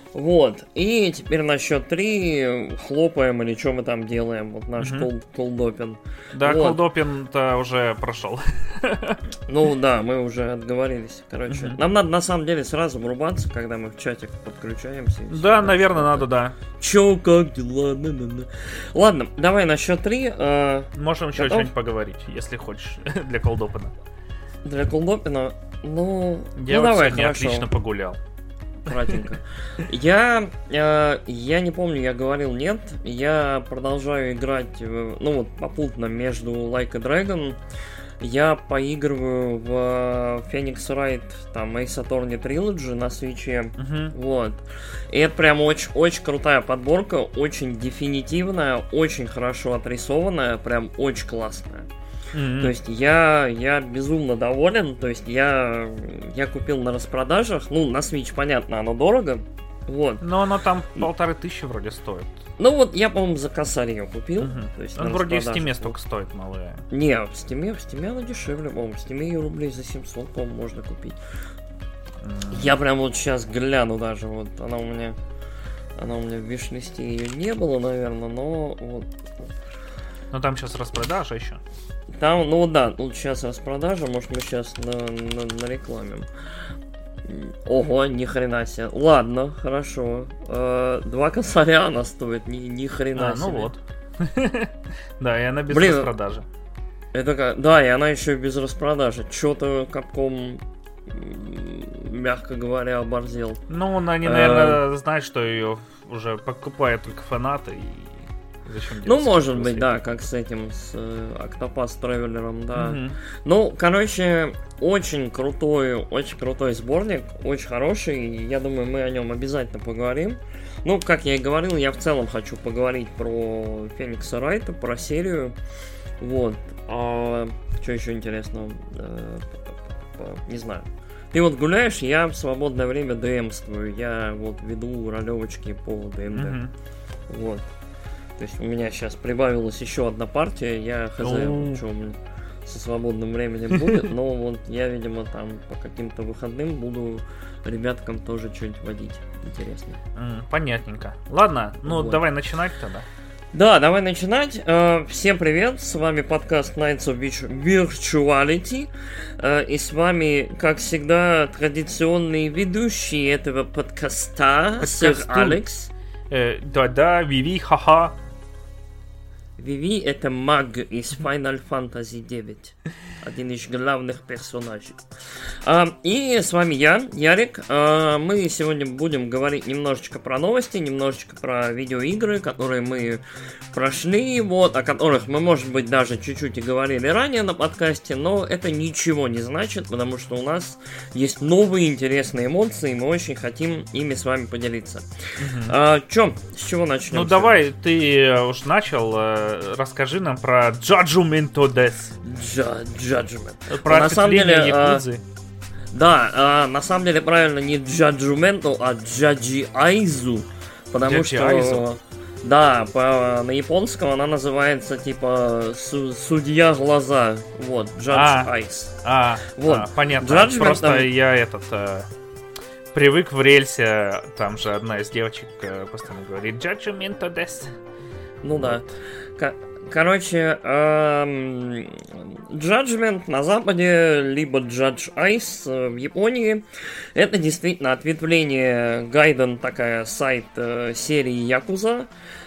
Вот, и теперь на счет 3 хлопаем или что мы там делаем, вот наш колдопин. Да, вот. колдопин-то уже прошел. Ну да, мы уже отговорились, короче. Нам надо на самом деле сразу врубаться, когда мы в чатик подключаемся. Да, наверное, надо, да. Чё, как дела? Ладно, давай на счет 3. Можем еще что-нибудь поговорить, если хочешь, для колдопина. Для колдопина, ну я давай, сегодня отлично погулял. Кратенько. Я не помню, я говорил нет. Я продолжаю играть, ну вот попутно между Like a Dragon. Я поигрываю в Phoenix Wright, там Ace Attorney Trilogy на свитче. Вот. И это прям очень крутая подборка, очень дефинитивная, очень хорошо отрисованная, прям очень классная. То есть я безумно доволен. То есть я купил на распродажах. Ну, на Switch, понятно, оно дорого. Вот. Но оно там 1500 вроде стоит. Ну вот я, по-моему, за косарь ее купил. То есть он вроде в Steam столько стоит, малая. Не, в Steam она дешевле, по-моему. В Steam ее рублей за 700, по-моему, можно купить. Я прям вот сейчас гляну даже. Вот она у меня в виш-листе, ее не было, наверное, но вот. Но там сейчас распродажа еще. Там, ну да, тут сейчас распродажа, может мы сейчас нарекламим. Ого, ни хрена себе. Ладно, хорошо. 2 косаря она стоит, ни хрена себе. Ну вот. Да, и она без распродажи. Это да, и она еще без распродажи. Че-то Capcom, мягко говоря, оборзел. Ну, они, наверное, знают, что ее уже покупают только фанаты и... Ну, может быть, да, как с этим, с Octopath Traveler, да. Ну, короче, очень крутой сборник, очень хороший, я думаю, мы о нем обязательно поговорим. Ну, как я и говорил, я в целом хочу поговорить про Phoenix Wright, про серию, вот. Что еще интересного? Не знаю. Ты вот гуляешь, я в свободное время ДМствую, я вот веду ролевочки по ДМД, вот. То есть у меня сейчас прибавилась еще одна партия, я хз, что у меня со свободным временем будет, но вот я, видимо, там по каким-то выходным буду ребяткам тоже что-нибудь водить интересно. Понятненько. Ладно, ну вот. Давай начинать тогда. Да, давай начинать. Всем привет, с вами подкаст Nights of Virtuality, и с вами, как всегда, традиционный ведущий этого подкаста, сэр Алекс. Да, Виви, ха-ха. Виви — это маг из Final Fantasy 9. Один из главных персонажей. И с вами я, Ярик. Мы сегодня будем говорить немножечко про новости, немножечко про видеоигры, которые мы прошли, вот, о которых мы, может быть, даже чуть-чуть и говорили ранее на подкасте, но это ничего не значит, потому что у нас есть новые интересные эмоции, и мы очень хотим ими с вами поделиться. С чего начнем? Ну давай, ты уж начал, расскажи нам про Judgment of Death. Judgment. Про ответвление Якудзы. Да, на самом деле правильно не Judgment, а Judge-Aizu, потому что... Да, на японском она называется типа судья глаза, вот, Judge Eyes. Вот. Понятно. Просто я привык в рельсе, там же одна из девочек постоянно говорит Judgment of Death. Ну да. Короче, Judgment на Западе, либо Judge Eyes в Японии, это действительно ответвление Гайден, такая сайт серии Якуза,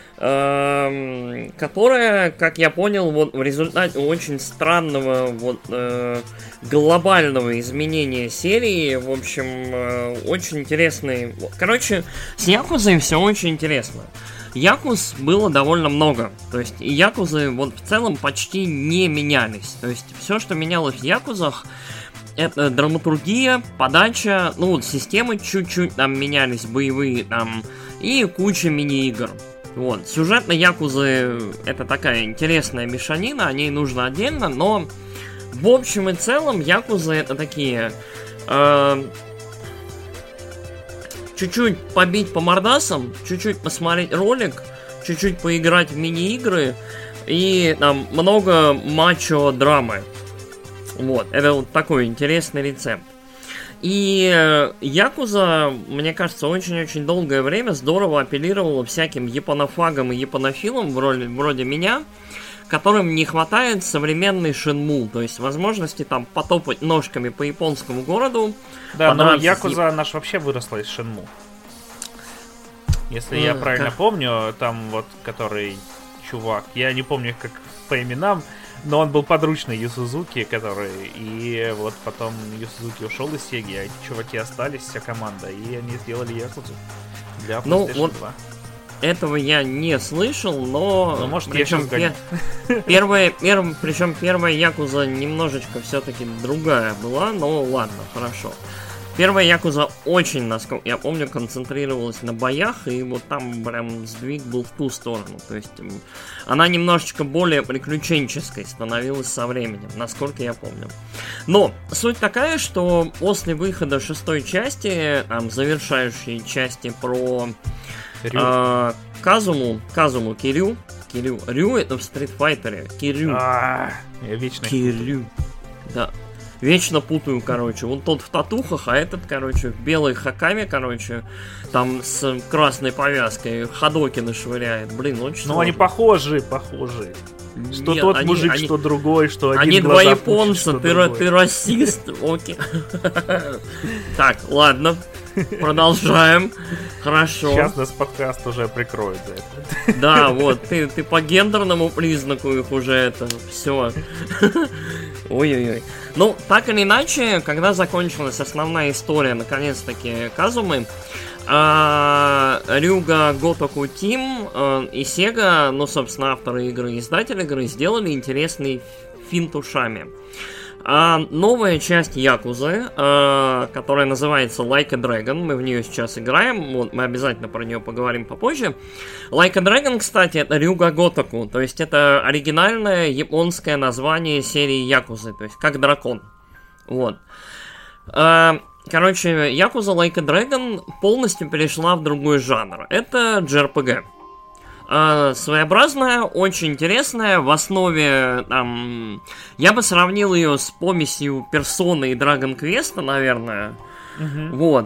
которая, как я понял, вот в результате очень странного вот глобального изменения серии, в общем, очень интересный. Короче, с Якузой все очень интересно. Якуз было довольно много. То есть и якузы вот в целом почти не менялись. То есть все, что менялось в якузах, это драматургия, подача, ну вот системы чуть-чуть там менялись, боевые там, и куча мини-игр. Вот. Сюжетно якузы это такая интересная мешанина, о ней нужно отдельно, но в общем и целом якузы это такие... чуть-чуть побить по мордасам, чуть-чуть посмотреть ролик, чуть-чуть поиграть в мини-игры и там много мачо-драмы. Вот, это вот такой интересный рецепт. И Якуза, мне кажется, очень-очень долгое время здорово апеллировала всяким японофагам и японофилам вроде меня, которым не хватает современной Шинму, то есть возможности там потопать ножками по японскому городу. Да, но Якуза наш вообще выросла из Шинму. Если я правильно помню, там вот который чувак, я не помню как по именам, но он был подручный Ю Сузуки, который... И вот потом Ю Сузуки ушел из Сеги, а эти чуваки остались, вся команда, и они сделали Якузу для PlayStation 2. Этого я не слышал, но... Ну, может, я сейчас гоню. Причем первая Якуза немножечко все-таки другая была, но ладно, хорошо. Первая Якуза очень, насколько я помню, концентрировалась на боях, и вот там прям сдвиг был в ту сторону. То есть она немножечко более приключенческой становилась со временем, насколько я помню. Но суть такая, что после выхода 6-й части, завершающей части про Казуму Кирю. Рю это в Street Fighter. Кирю. Я вечно Кирю. Да. Вечно путаю, короче. Вот тот в татухах, а этот, короче, в белой хакаме, короче, там с красной повязкой Хадокины швыряет. Блин, очень Ну, они похожи. Что нет, тот мужик, что другой, что один они глаза два японца, ты расист. Окей. Так, ладно. Продолжаем. Хорошо. Сейчас нас подкаст уже прикроет за это. Да, вот, ты по гендерному признаку их уже это все. Ой-ой-ой. Ну, так или иначе, когда закончилась основная история, наконец-таки, Казумы, Ryuga Gotoku Team и Sega, ну, собственно, авторы игры и издатели игры, сделали интересный финт ушами. Новая часть Якузы, которая называется Like a Dragon, мы в нее сейчас играем, вот, мы обязательно про нее поговорим попозже. Like a Dragon, кстати, это Ryuga Gotoku, то есть это оригинальное японское название серии Якузы, то есть как дракон. Вот. Короче, Якуза Like a Dragon полностью перешла в другой жанр. Это JRPG. Своеобразная, очень интересная. В основе, там, я бы сравнил ее с помесью Persona и Dragon Quest, наверное. Вот.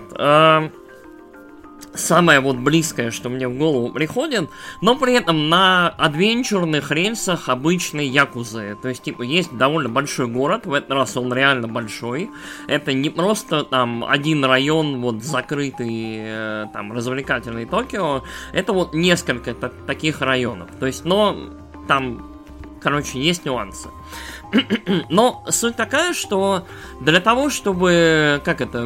Самое вот близкое, что мне в голову приходит, но при этом на адвенчурных рельсах обычной Якузы. То есть, типа, есть довольно большой город, в этот раз он реально большой. Это не просто там один район, вот, закрытый, там, развлекательный Токио. Это вот несколько таких районов. То есть, но там, короче, есть нюансы. Но суть такая, что для того, чтобы,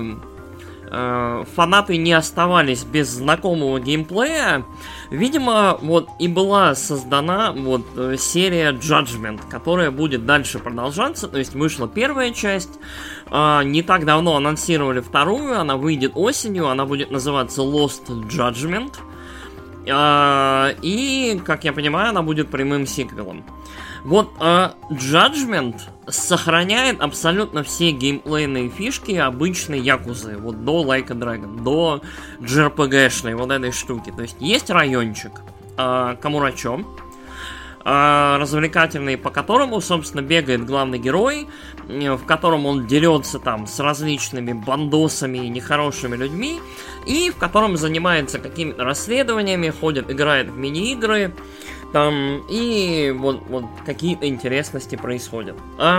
фанаты не оставались без знакомого геймплея, видимо, вот и была создана вот серия Judgment, которая будет дальше продолжаться. То есть вышла первая часть, не так давно анонсировали вторую, она выйдет осенью, она будет называться Lost Judgment. И, как я понимаю, она будет прямым сиквелом. Вот Judgment сохраняет абсолютно все геймплейные фишки обычной Якузы, вот до Like a Dragon, до JRPG-шной вот этой штуки. То есть райончик Камурачо, развлекательный, по которому, собственно, бегает главный герой, в котором он дерется там с различными бандосами и нехорошими людьми, и в котором занимается какими-то расследованиями, играет в мини-игры, там, и вот какие-то интересности происходят.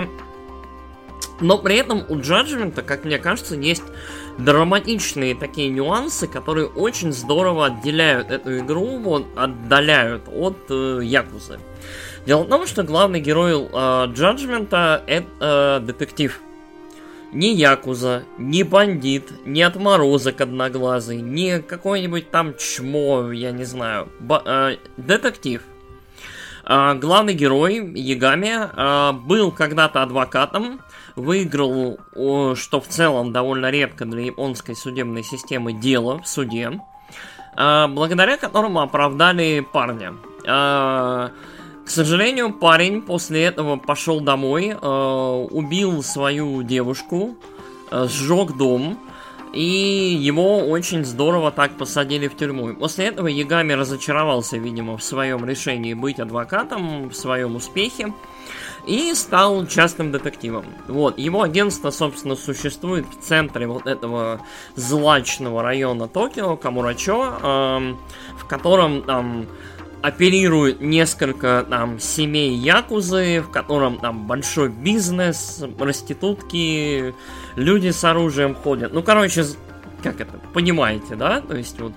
Но при этом у Judgment, как мне кажется, есть драматичные такие нюансы, которые очень здорово отделяют эту игру, вот, отдаляют от Якузы. Дело в том, что главный герой Judgment это детектив. Не Якуза, не бандит, не отморозок одноглазый, не какой-нибудь там чмо, я не знаю. Детектив. Главный герой, Ягами, был когда-то адвокатом, выиграл, что в целом довольно редко для японской судебной системы, дело в суде, благодаря которому оправдали парня. К сожалению, парень после этого пошел домой, убил свою девушку, сжег дом, и его очень здорово так посадили в тюрьму. После этого Ягами разочаровался, видимо, в своем решении быть адвокатом, в своем успехе. и стал частным детективом. Вот, его агентство, собственно, существует в центре вот этого злачного района Токио, Камурачо, в котором там оперирует несколько там семей якузы, в котором там большой бизнес, проститутки, люди с оружием ходят. Ну, короче, как это, понимаете, да? То есть вот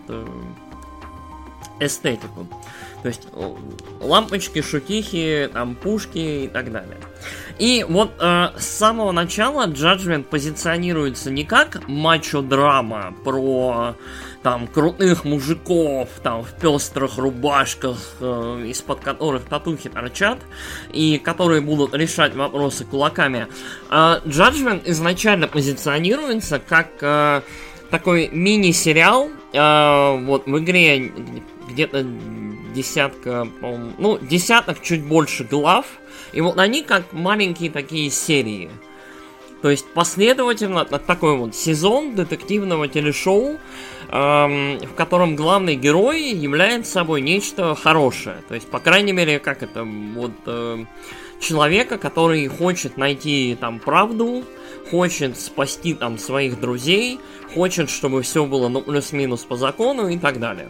эстетику. То есть лампочки, шутихи, там пушки и так далее. И вот с самого начала Judgment позиционируется не как мачо-драма про там крутых мужиков там в пестрых рубашках, из-под которых татухи торчат, и которые будут решать вопросы кулаками. Judgment изначально позиционируется как такой мини-сериал, вот в игре где-то десятка, по-моему, ну, десяток, чуть больше глав, и вот они как маленькие такие серии. То есть последовательно такой вот сезон детективного телешоу, в котором главный герой является собой нечто хорошее. То есть, по крайней мере, как это, вот человека, который хочет найти там правду, хочет спасти там своих друзей, хочет, чтобы все было ну плюс-минус по закону и так далее.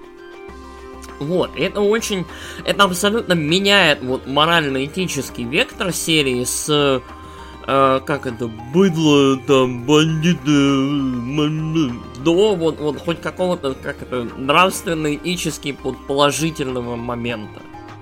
Вот, это абсолютно меняет вот морально-этический вектор серии с как это, быдло, там, бандиты, до вот хоть какого-то, как это, нравственно-этически положительного момента.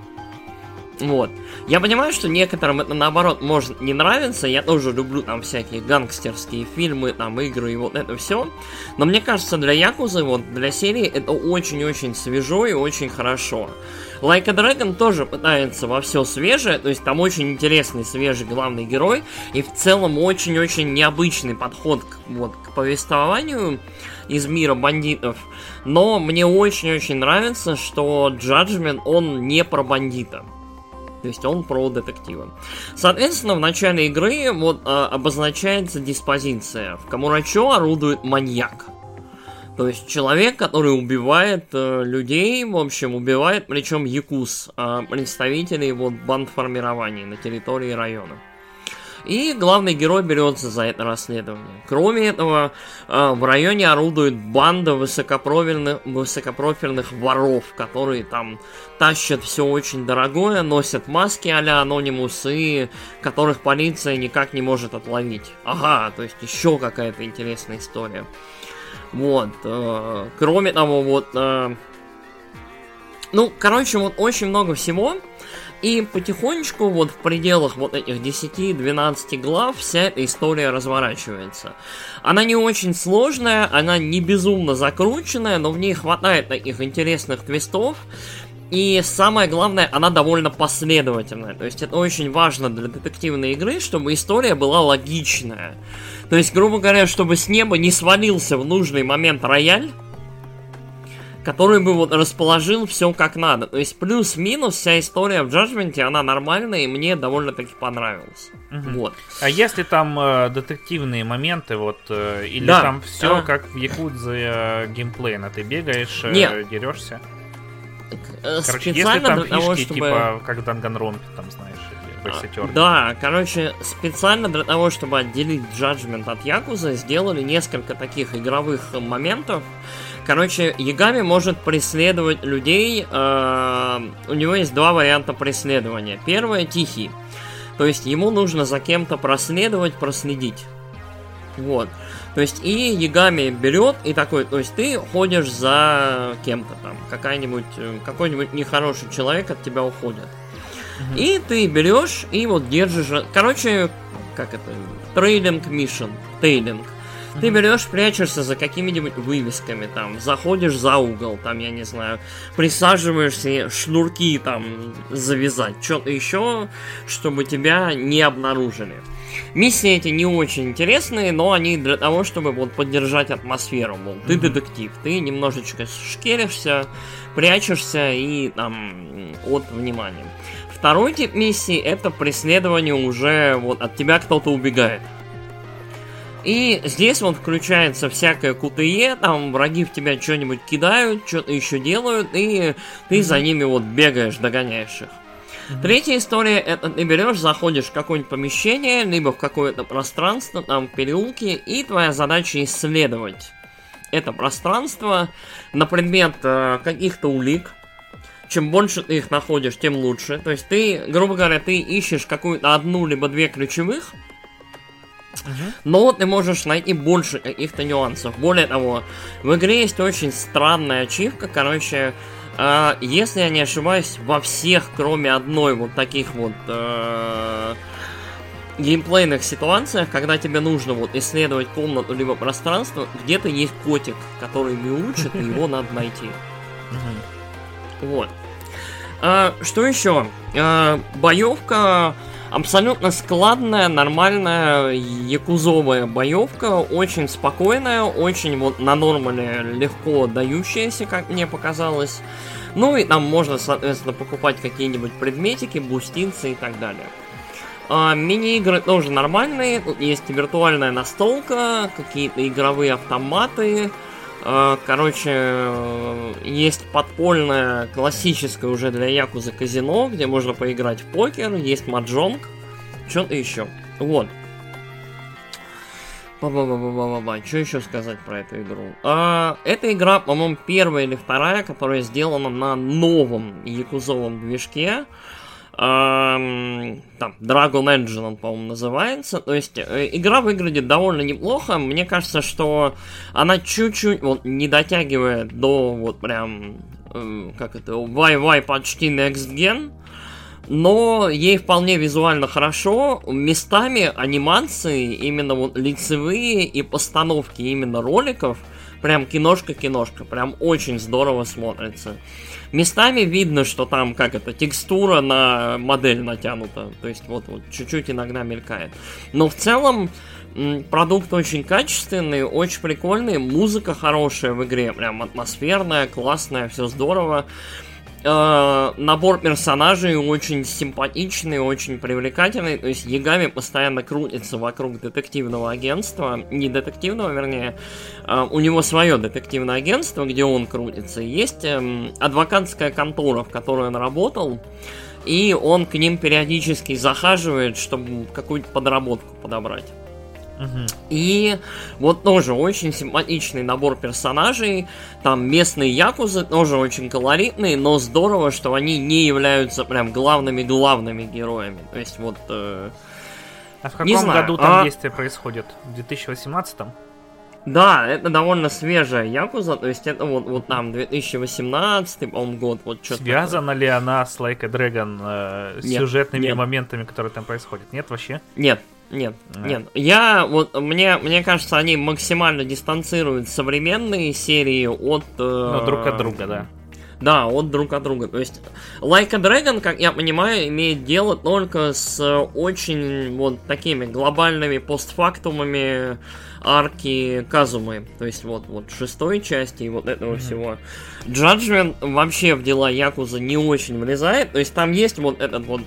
Вот. Я понимаю, что некоторым это, наоборот, может не нравиться. Я тоже люблю там всякие гангстерские фильмы, там, игры и вот это все. Но мне кажется, для Якузы, вот, для серии это очень-очень свежо и очень хорошо. Like a Dragon тоже пытается во все свежее, то есть там очень интересный, свежий главный герой, и в целом очень-очень необычный подход к повествованию из мира бандитов. Но мне очень-очень нравится, что Judgment, он не про бандита. То есть он про детектива. Соответственно, в начале игры вот обозначается диспозиция. В Камурачо орудует маньяк. То есть человек, который убивает людей, в общем, убивает, причем якуз, представителей вот бандформирований на территории района. И главный герой берется за это расследование. Кроме этого, в районе орудует банда высокопрофильных воров, которые там тащат все очень дорогое, носят маски а-ля Анонимус, и которых полиция никак не может отловить. Ага, то есть еще какая-то интересная история. Вот. Кроме того, вот... ну, короче, вот очень много всего. И потихонечку, вот в пределах вот этих 10-12 глав, вся эта история разворачивается. Она не очень сложная, она не безумно закрученная, но в ней хватает таких интересных твистов. И самое главное, она довольно последовательная. То есть это очень важно для детективной игры, чтобы история была логичная. То есть, грубо говоря, чтобы с неба не свалился в нужный момент рояль, который бы вот расположил все как надо. То есть плюс-минус вся история в Judgment, она нормальная, и мне довольно-таки понравилась. Угу. Вот. А если там детективные моменты, вот, или да, там все как в Якудзе геймплейно, ты бегаешь, дерешься? Короче, если там фишки, того, чтобы... типа, как в Данганронпе, там, знаешь, да, короче, специально для того, чтобы отделить Judgment от Якузы, сделали несколько таких игровых моментов. Короче, Ягами может преследовать людей, у него есть два варианта преследования. Первое — тихий, то есть ему нужно за кем-то проследить. Вот. То есть и Ягами берет и такой, то есть ты ходишь за кем-то там, какой-нибудь нехороший человек от тебя уходит. И ты берешь и вот держишь, короче, как это, трейлинг миссион, тейлинг. Ты берешь, прячешься за какими-нибудь вывесками, там, заходишь за угол, там, я не знаю, присаживаешься, шнурки там завязать, что-то еще, чтобы тебя не обнаружили. Миссии эти не очень интересные, но они для того, чтобы вот поддержать атмосферу, мол, ты детектив, ты немножечко шкеришься, прячешься и там от внимания. Второй тип миссии — это преследование уже вот от тебя кто-то убегает. И здесь вот включается всякое КТЕ, там враги в тебя что-нибудь кидают, что-то еще делают, и ты за ними вот бегаешь, догоняешь их. Третья история, это ты берешь, заходишь в какое-нибудь помещение, либо в какое-то пространство, там переулки, и твоя задача исследовать это пространство на предмет каких-то улик. Чем больше ты их находишь, тем лучше. То есть ты, грубо говоря, ты ищешь какую-то одну либо две ключевых, но ты можешь найти больше каких-то нюансов. Более того, в игре есть очень странная ачивка, короче, если я не ошибаюсь, во всех, кроме одной вот таких вот геймплейных ситуациях, когда тебе нужно вот исследовать комнату либо пространство, где-то есть котик, который мяучит, и его надо найти. Вот. Что еще? Боевка абсолютно складная, нормальная, якузовая боевка, очень спокойная, очень вот на нормале легко дающаяся, как мне показалось. Ну и там можно, соответственно, покупать какие-нибудь предметики, бустинцы и так далее. Мини-игры тоже нормальные, тут есть виртуальная настолка, какие-то игровые автоматы. Короче, есть подпольное, классическое уже для якузы казино, где можно поиграть в покер, есть маджонг, что-то еще. Вот. Что еще сказать про эту игру? Эта игра, по-моему, первая или вторая, которая сделана на новом якузовом движке. Там Dragon Engine он, по-моему, называется. То есть игра выглядит довольно неплохо. Мне кажется, что она чуть-чуть вот не дотягивает до вот прям как это, Вай-Вай почти Next Gen. Но ей вполне визуально хорошо. Местами анимации, именно вот лицевые и постановки именно роликов, прям киношка-киношка, прям очень здорово смотрится. Местами видно, что там, как это, текстура на модель натянута. То есть вот чуть-чуть иногда мелькает. Но в целом продукт очень качественный, очень прикольный. Музыка хорошая в игре, прям атмосферная, классная, все здорово. Набор персонажей очень симпатичный, очень привлекательный. То есть Ягами постоянно крутится вокруг детективного агентства. Не детективного, вернее. У него свое детективное агентство, где он крутится. Есть адвокатская контора, в которой он работал. И он к ним периодически захаживает, чтобы какую-то подработку подобрать. И вот тоже очень симпатичный набор персонажей. Там местные якузы тоже очень колоритные, но здорово, что они не являются прям главными героями. То есть вот... А в каком году там действие происходит? В 2018-м? Да, это довольно свежая якуза, то есть это вот там 2018, по-моему, год, вот что-то. Связана ли она с Like a Dragon сюжетными моментами, которые там происходят? Нет вообще? Нет. Нет. Мне кажется, они максимально дистанцируют современные серии от... друг от друга, да. Да, друг от друга. То есть, Like a Dragon, как я понимаю, имеет дело только с очень вот такими глобальными постфактумами арки Казумы. То есть, вот шестой части и вот этого всего. Judgment вообще в дела якузы не очень влезает. То есть, там есть вот этот вот...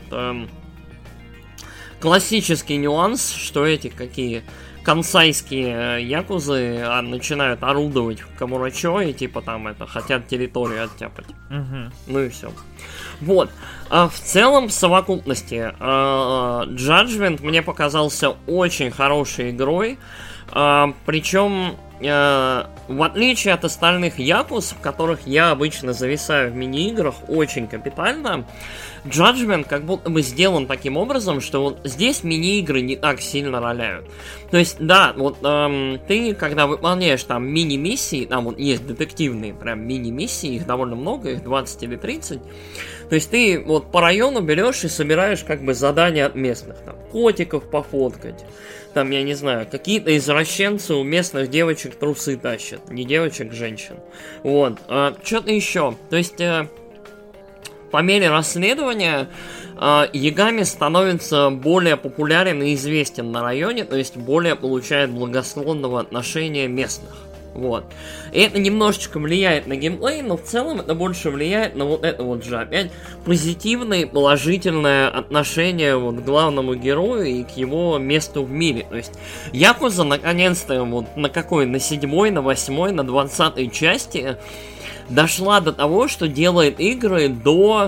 классический нюанс, что эти какие кансайские якузы начинают орудовать в Камурачо и типа там это хотят территорию оттяпать. Ну и все. Вот. В целом, в совокупности, Judgment мне показался очень хорошей игрой. Причем, в отличие от остальных якуз, в которых я обычно зависаю в мини-играх очень капитально, Judgment как будто бы сделан таким образом, что вот здесь мини-игры не так сильно роляют. То есть, да, вот ты, когда выполняешь там мини-миссии, там вот есть детективные прям мини-миссии, их довольно много, их 20 или 30. То есть ты вот по району берешь и собираешь как бы задания от местных, там, котиков пофоткать, там, я не знаю, какие-то извращенцы у местных девочек трусы тащат, не девочек, женщин. Вот, что-то еще. То есть... по мере расследования Ягами становится более популярен и известен на районе, то есть более получает благосклонного отношения местных. Вот. И это немножечко влияет на геймплей, но в целом это больше влияет на вот это вот же опять позитивное, положительное отношение вот к главному герою и к его месту в мире. То есть Якуза наконец-то вот на какой, на 7-й, на 8-й, на 20-й части дошла до того, что делает игры до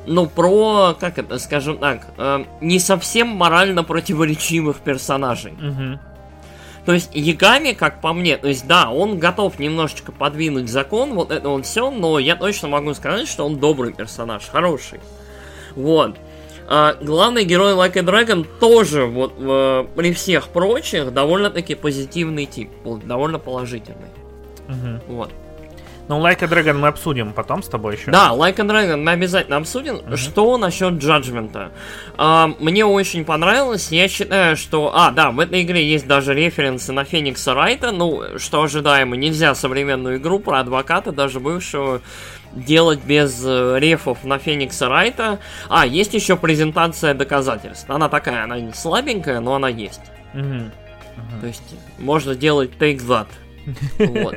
про, как это, скажем так, не совсем морально противоречивых персонажей. То есть Ягами, как по мне, то есть да, он готов немножечко подвинуть закон, вот это вот все, но я точно могу сказать, что он добрый персонаж, хороший. Вот. Главный герой Like a Dragon тоже вот при всех прочих довольно-таки позитивный тип, вот, довольно положительный. Вот. Ну, Like a Dragon мы обсудим потом с тобой еще. Да, Like a Dragon мы обязательно обсудим. Что насчет Judgment? Мне очень понравилось. Я считаю, что... да, в этой игре есть даже референсы на Феникса Райта. Ну, что ожидаемо. Нельзя современную игру про адвоката, даже бывшего, делать без рефов на Феникса Райта. Есть еще презентация доказательств. Она такая, она не слабенькая, но она есть. То есть, можно делать take that. Вот.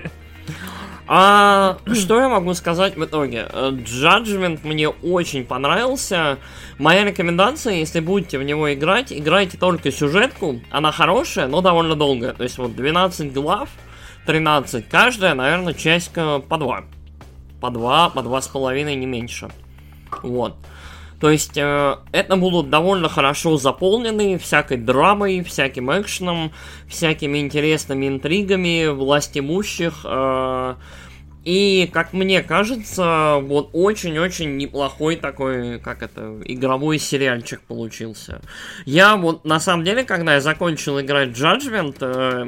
Что я могу сказать в итоге? Judgment мне очень понравился. Моя рекомендация, если будете в него играть, играйте только сюжетку. Она хорошая, но довольно долгая. То есть вот 12 глав, 13. Каждая, наверное, частька по 2. По 2,5, не меньше. Вот. То есть это будут довольно хорошо заполнены всякой драмой, всяким экшеном, всякими интересными интригами власть имущих. И, как мне кажется, вот очень-очень неплохой такой, игровой сериальчик получился. Я вот, на самом деле, когда я закончил играть Judgment,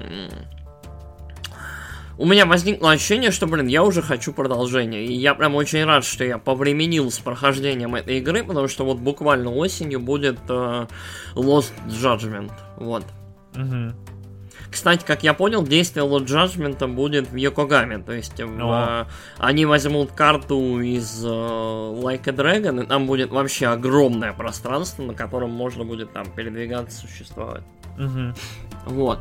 у меня возникло ощущение, что, я уже хочу продолжения. И я прям очень рад, что я повременил с прохождением этой игры, потому что вот буквально осенью будет Lost Judgment. Вот. Кстати, как я понял, действие Lost Judgment будет в Йокогаме. То есть они возьмут карту из Like a Dragon, и там будет вообще огромное пространство, на котором можно будет там передвигаться, существовать. Вот.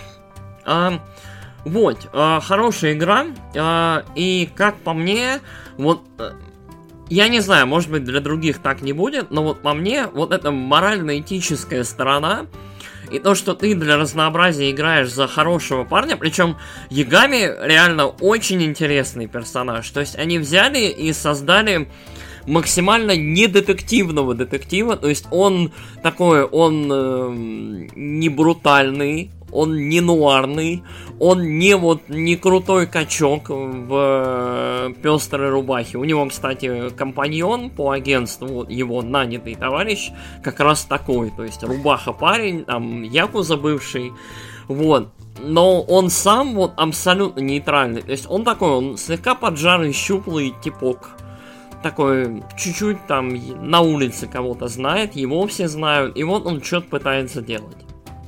Вот, хорошая игра, и как по мне, вот, я не знаю, может быть для других так не будет, но вот по мне, вот эта морально-этическая сторона, и то, что ты для разнообразия играешь за хорошего парня, причем Ягами реально очень интересный персонаж, то есть они взяли и создали максимально недетективного детектива, то есть он такой, он не брутальный, он не нуарный, он не крутой качок в пестрой рубахе. У него, кстати, компаньон по агентству, вот его нанятый товарищ, как раз такой. То есть рубаха парень, там якуза бывший, вот. Но он сам вот абсолютно нейтральный. То есть он такой, он слегка поджарый, щуплый типок. Такой, чуть-чуть там на улице кого-то знает, его все знают, и вот он что-то пытается делать.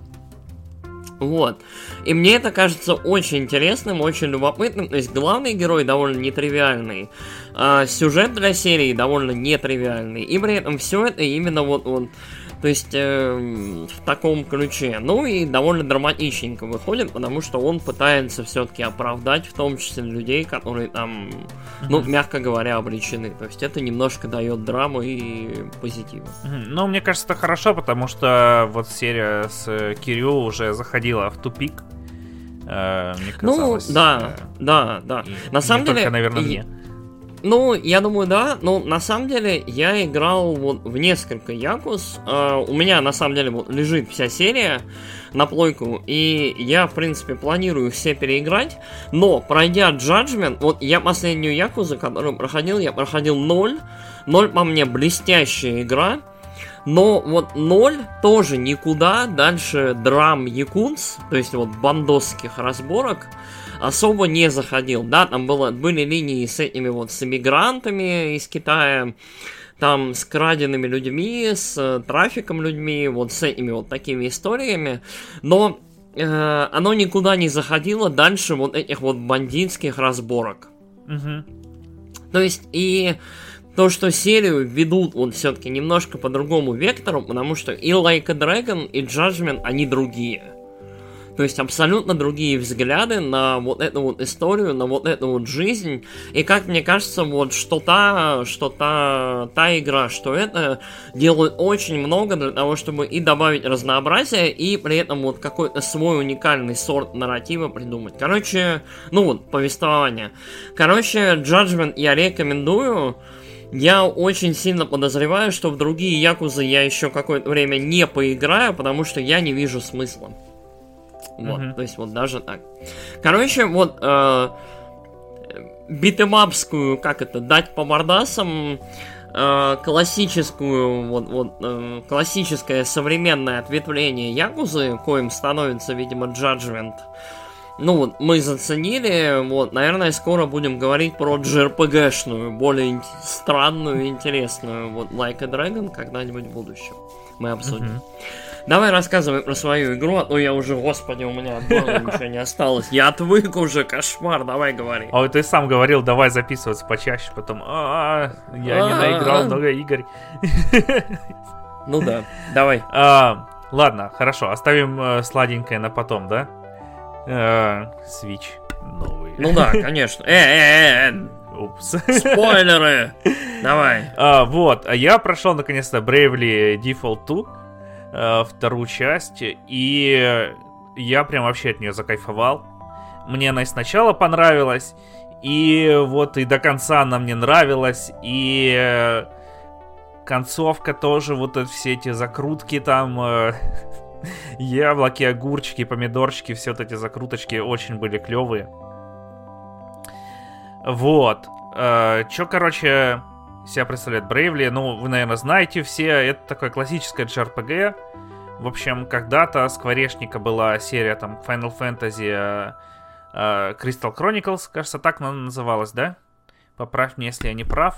Вот. И мне это кажется очень интересным, очень любопытным. То есть главный герой довольно нетривиальный, сюжет для серии довольно нетривиальный. И при этом все это именно вот то есть в таком ключе. Ну и довольно драматичненько выходит, потому что он пытается все-таки оправдать в том числе людей, которые там, ну, мягко говоря, обречены. То есть это немножко дает драму и позитива. Ну, мне кажется, это хорошо, потому что вот серия с Кирю уже заходила в тупик. Мне казалось. Ну, да. На самом деле... Только, наверное, мне. Ну, я думаю, да, но на самом деле я играл вот в несколько Якуз. У меня на самом деле вот лежит вся серия на плойку, и я, в принципе, планирую все переиграть. Но, пройдя Judgment, вот я последнюю Якузу, которую проходил, я проходил 0. 0 по мне блестящая игра. Но вот 0 тоже никуда дальше драм якунс, то есть вот бандосских разборок, особо не заходил. Да, там были линии с этими вот с иммигрантами из Китая, там с краденными людьми, с трафиком людьми, вот с этими вот такими историями, но оно никуда не заходило дальше вот этих вот бандитских разборок. То есть и то, что серию ведут вот все-таки немножко по другому вектору, потому что и Like a Dragon, и Judgment, они другие. То есть абсолютно другие взгляды на вот эту вот историю, на вот эту вот жизнь. И как мне кажется, вот что та игра, что это делают очень много для того, чтобы и добавить разнообразие, и при этом вот какой-то свой уникальный сорт нарратива придумать. Короче, ну вот, повествование. Короче, Judgment я рекомендую. Я очень сильно подозреваю, что в другие Якузы я еще какое-то время не поиграю, потому что я не вижу смысла. Вот, то есть вот даже так. Короче, вот битэмапскую, как это, дать по мордасам, классическую, классическое современное ответвление Якузы, коим становится, видимо, Judgment. Ну вот, мы заценили, вот, наверное, скоро будем говорить про JRPG-шную, более странную и интересную, вот, Like a Dragon, когда-нибудь в будущем. Мы обсудим. Давай рассказывай про свою игру, а то я уже, господи, у меня от горла ничего не осталось. Я отвык уже, кошмар, давай говори. А ты сам говорил, давай записываться почаще, потом, я не наиграл много игр. Ну да, давай. Ладно, хорошо, оставим сладенькое на потом, да? Switch новый. Ну да, конечно. Упс. Спойлеры! Давай. Вот, я прошел наконец-то Bravely Default 2, вторую часть, и я прям вообще от нее закайфовал. Мне она и сначала понравилась, и вот и до конца она мне нравилась, и концовка тоже, вот все эти закрутки там... Яблоки, огурчики, помидорчики, все вот эти закруточки очень были клевые. Вот. Что, короче, себя представляет Bravely? Ну, вы, наверное, знаете все. Это такое классическое JRPG. В общем, когда-то Скворечника была серия там Final Fantasy Crystal Chronicles, кажется, так она называлась, да? Поправь меня, если я не прав.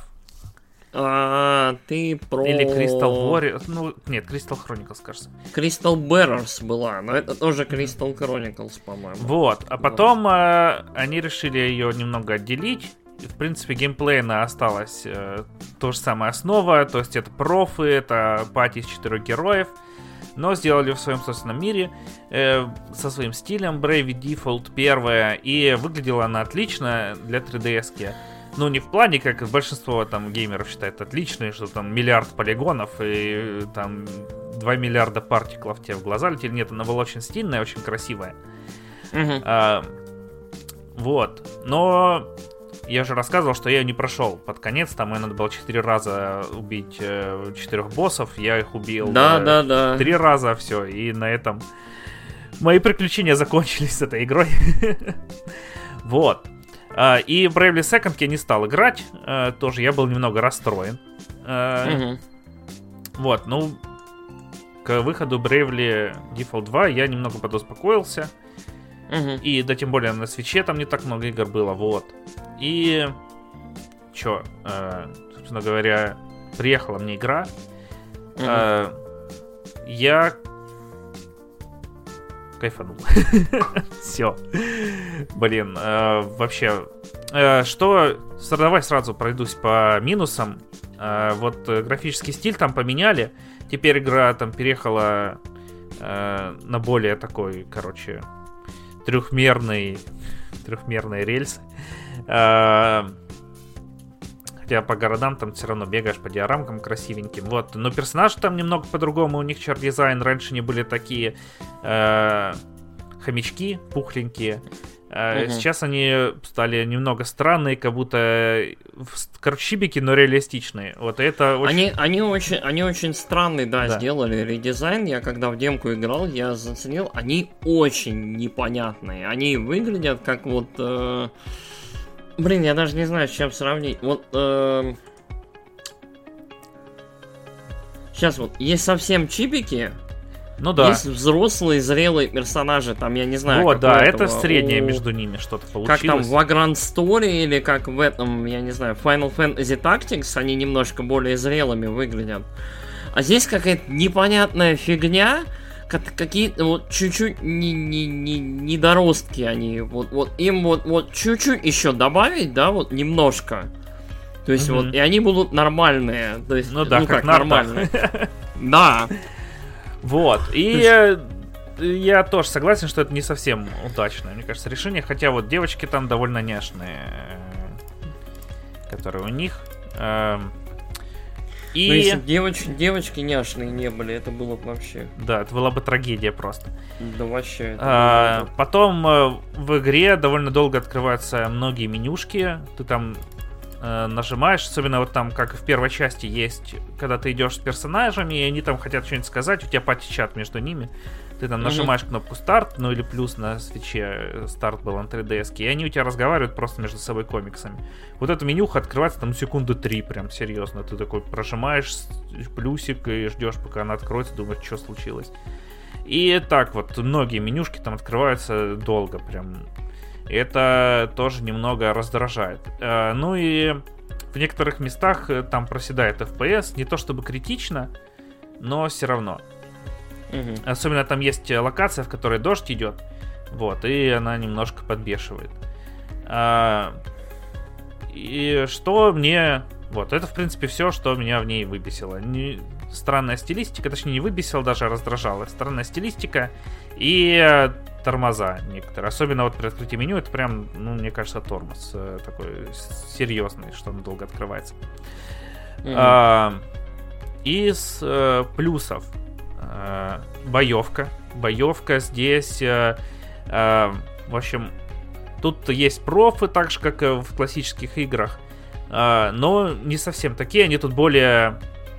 Ты про... Или Crystal Warriors. Ну, нет, Crystal Chronicles, кажется. Crystal Bearers была, но это тоже Crystal Chronicles, по-моему. Вот, а потом они решили ее немного отделить. В принципе, геймплейно осталась то же самая основа. То есть это профы, это пати из 4 героев. Но сделали в своем собственном мире, со своим стилем. Bravely Default первая. И выглядела она отлично для 3DS-ки. Ну, не в плане, как большинство там геймеров считает отличной, что там миллиард полигонов и там 2 миллиарда партиклов тебе в глаза летели. Нет, она была очень стильная, очень красивая. Вот. Но я же рассказывал, что я ее не прошел под конец. Там мне надо было 4 раза убить 4 боссов. Я их убил 3 раза, все. И на этом мои приключения закончились с этой игрой. Вот. И Bravely Second я не стал играть. Тоже я был немного расстроен. Вот, ну, к выходу Bravely Default 2 я немного подуспокоился. И да, тем более на Switch'е там не так много игр было, вот. И чё, собственно говоря, приехала мне игра. Я кайфанул. Все. Блин, вообще. Что? Давай сразу пройдусь по минусам. Вот графический стиль там поменяли. Теперь игра там переехала на более такой, короче, трехмерный рельс. Хотя по городам там все равно бегаешь по диорамкам красивеньким. Вот. Но персонажи там немного по-другому. У них чар-дизайн. Раньше они были такие хомячки пухленькие. Сейчас они стали немного странные, как будто чибики, но реалистичные. Вот это очень... Они очень странные, да, сделали редизайн. Я когда в демку играл, я заценил. Они очень непонятные. Они выглядят как вот... Блин, я даже не знаю, с чем сравнить. Вот... Сейчас вот, есть совсем чибики. Ну да. Есть взрослые, зрелые персонажи, там, я не знаю... Вот, да, это среднее между ними что-то получилось. Как там в Vagrant Story или как в этом, я не знаю, Final Fantasy Tactics, они немножко более зрелыми выглядят. А здесь какая-то непонятная фигня, какие-то вот чуть-чуть недоростки они. Вот им вот чуть-чуть еще добавить, да, вот немножко. То есть вот, и они будут нормальные. То есть, ну да, как нормальные. Да. Вот, и я тоже согласен, что это не совсем удачное, мне кажется, решение. Хотя вот девочки там довольно няшные, которые у них. И... Ну, если девочки няшные не были, это было бы вообще... Да, это была бы трагедия просто. Да вообще. Потом в игре довольно долго открываются многие менюшки. Ты там нажимаешь, особенно вот там, как в первой части есть, когда ты идешь с персонажами, и они там хотят что-нибудь сказать, у тебя пати-чат между ними. Ты там нажимаешь кнопку старт, ну или плюс на свитче старт был на 3DS, и они у тебя разговаривают просто между собой комиксами. Вот эта менюха открывается там секунды 3, прям серьезно. Ты такой прожимаешь плюсик и ждешь, пока она откроется, думаешь, что случилось. И так вот, многие менюшки там открываются долго прям. И это тоже немного раздражает. Ну и в некоторых местах там проседает FPS, не то чтобы критично, но все равно. Особенно там есть локация, в которой дождь идет, вот, и она немножко подбешивает. И что мне... Вот, это, в принципе, все, что меня в ней выбесило. Странная стилистика, точнее, не выбесила, даже раздражала. Странная стилистика и тормоза некоторые. Особенно вот при открытии меню, это прям, ну, мне кажется, тормоз такой серьезный, что он долго открывается. Из плюсов. Боевка. Боевка здесь... в общем, тут есть профы, так же, как и в классических играх. Но не совсем такие. Они тут более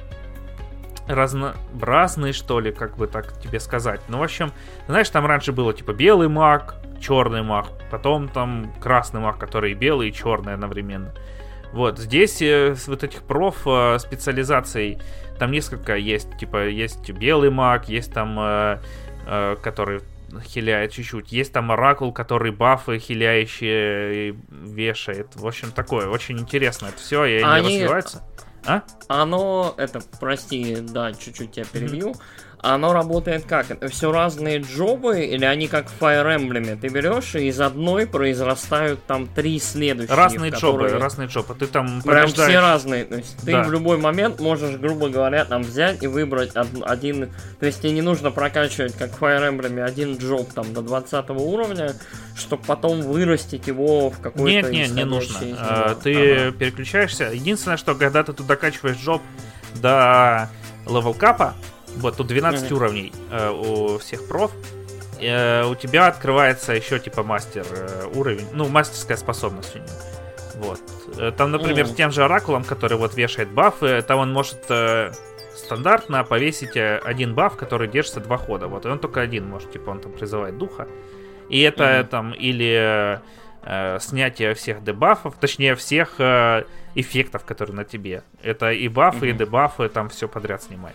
разнообразные, что ли, как бы так тебе сказать. Ну, в общем, знаешь, там раньше было типа белый маг, черный маг, потом там красный маг, который и белый, и черный одновременно. Вот, здесь вот этих проф специализаций там несколько есть. Типа, есть белый маг, есть там, который хиляет чуть-чуть. Есть там оракул, который бафы хиляющие вешает. В общем, такое, очень интересно это все, и они развиваются. Оно, прости, да, чуть-чуть тебя перебью. Оно работает как? Это все разные джобы, или они как в Fire Emblem? Ты берешь, и из одной произрастают там 3 следующие. Разные джобы. Ты там прям все разные. То есть ты в любой момент можешь, грубо говоря, там взять и выбрать один. То есть тебе не нужно прокачивать, как в Fire Emblem, один джоб там до 20 уровня, чтобы потом вырастить его в какой-то... Нет, не нужно. Ты переключаешься. Единственное, что когда ты тут докачиваешь джоб до левел капа, вот тут 12 уровней у всех проф. У тебя открывается еще типа мастер уровень, ну, мастерская способность у него. Вот. Там, например, с тем же оракулом, который вот вешает бафы, там он может стандартно повесить один баф, который держится 2 хода. Вот. И он только один может, типа он там призывает духа. И это там или снятие всех дебафов, точнее всех эффектов, которые на тебе. Это и бафы, и дебафы, там все подряд снимает.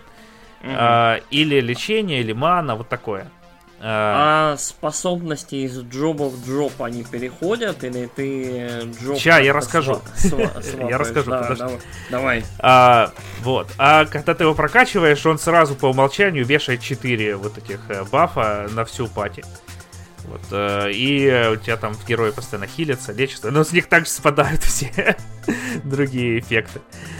Или лечение, или мана, вот такое. А способности из джоба в джоб они переходят, или ты джоб... Ща, я расскажу. Я расскажу, давай. Вот. А когда ты его прокачиваешь, он сразу по умолчанию вешает 4 вот этих бафа на всю пати. Вот, и у тебя там герои постоянно хилятся, лечатся, но с них также спадают все другие эффекты.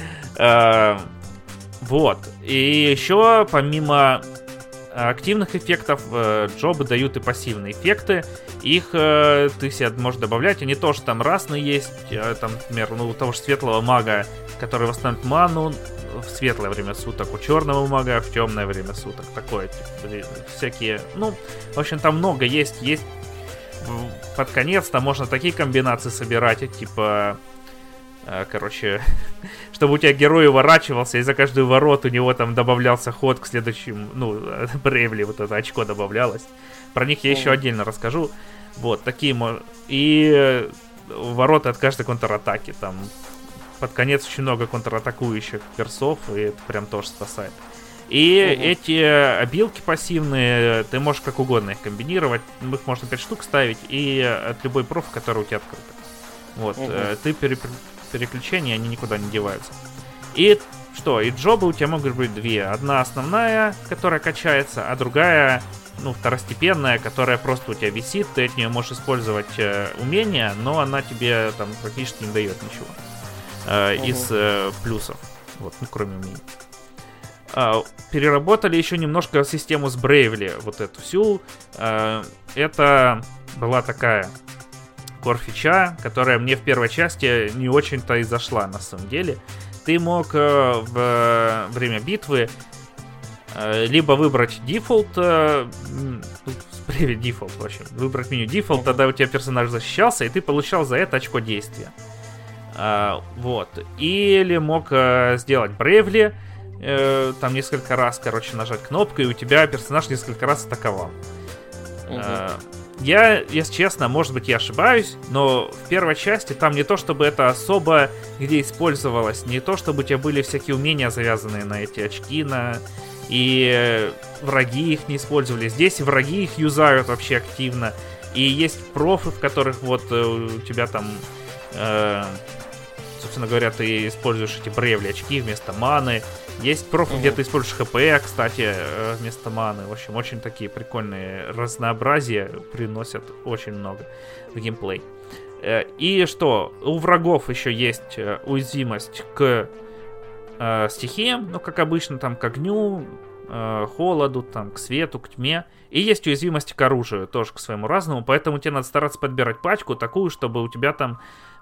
Вот. И еще, помимо активных эффектов, джобы дают и пассивные эффекты. Их ты себе можешь добавлять. Они тоже там разные есть. Там, например, у того же светлого мага, который восстановит ману в светлое время суток, у черного мага в темное время суток. Такое, типа, всякие... Ну, в общем, там много есть. Есть под конец, там можно такие комбинации собирать, типа... Короче, чтобы у тебя герой уворачивался, и за каждую ворот у него там добавлялся ход к следующему, ну, Брейвли, вот это очко добавлялось. Про них я еще отдельно расскажу. Вот, такие... И ворота от каждой контратаки. Там под конец очень много контратакующих персов, и это прям тоже спасает. И эти обилки пассивные, ты можешь как угодно их комбинировать. Их можно 5 штук ставить, и от любой проф, который у тебя открыт. Вот, ты переключения, они никуда не деваются. И что? И джобы у тебя могут быть 2. Одна основная, которая качается, а другая, ну, второстепенная, которая просто у тебя висит. Ты от нее можешь использовать умения, но она тебе там практически не дает ничего из плюсов. Вот, ну, кроме умений. Переработали еще немножко систему с Брейвли. Вот эту всю. Это была такая кор-фича, которая мне в первой части не очень-то и зашла на самом деле. Ты мог в время битвы либо выбрать дефолт, дефолт, в общем, выбрать меню дефолт, тогда у тебя персонаж защищался, и ты получал за это очко действия. Вот. Или мог сделать Брейвли, там несколько раз, нажать кнопку, и у тебя персонаж несколько раз атаковал. Я, если честно, может быть, я ошибаюсь, но в первой части там не то, чтобы это особо где использовалось, не то, чтобы у тебя были всякие умения, завязанные на эти очки, и враги их не использовали. Здесь враги их юзают вообще активно. И есть профы, в которых вот у тебя там, собственно говоря, ты используешь эти бревли очки вместо маны. Есть профы, где ты используешь ХП, кстати, вместо маны. В общем, очень такие прикольные разнообразия приносят очень много в геймплей. И что? У врагов еще есть уязвимость к стихиям, ну, как обычно, там, к огню, холоду, там, к свету, к тьме. И есть уязвимость к оружию, тоже к своему разному. Поэтому тебе надо стараться подбирать пачку такую, чтобы у тебя там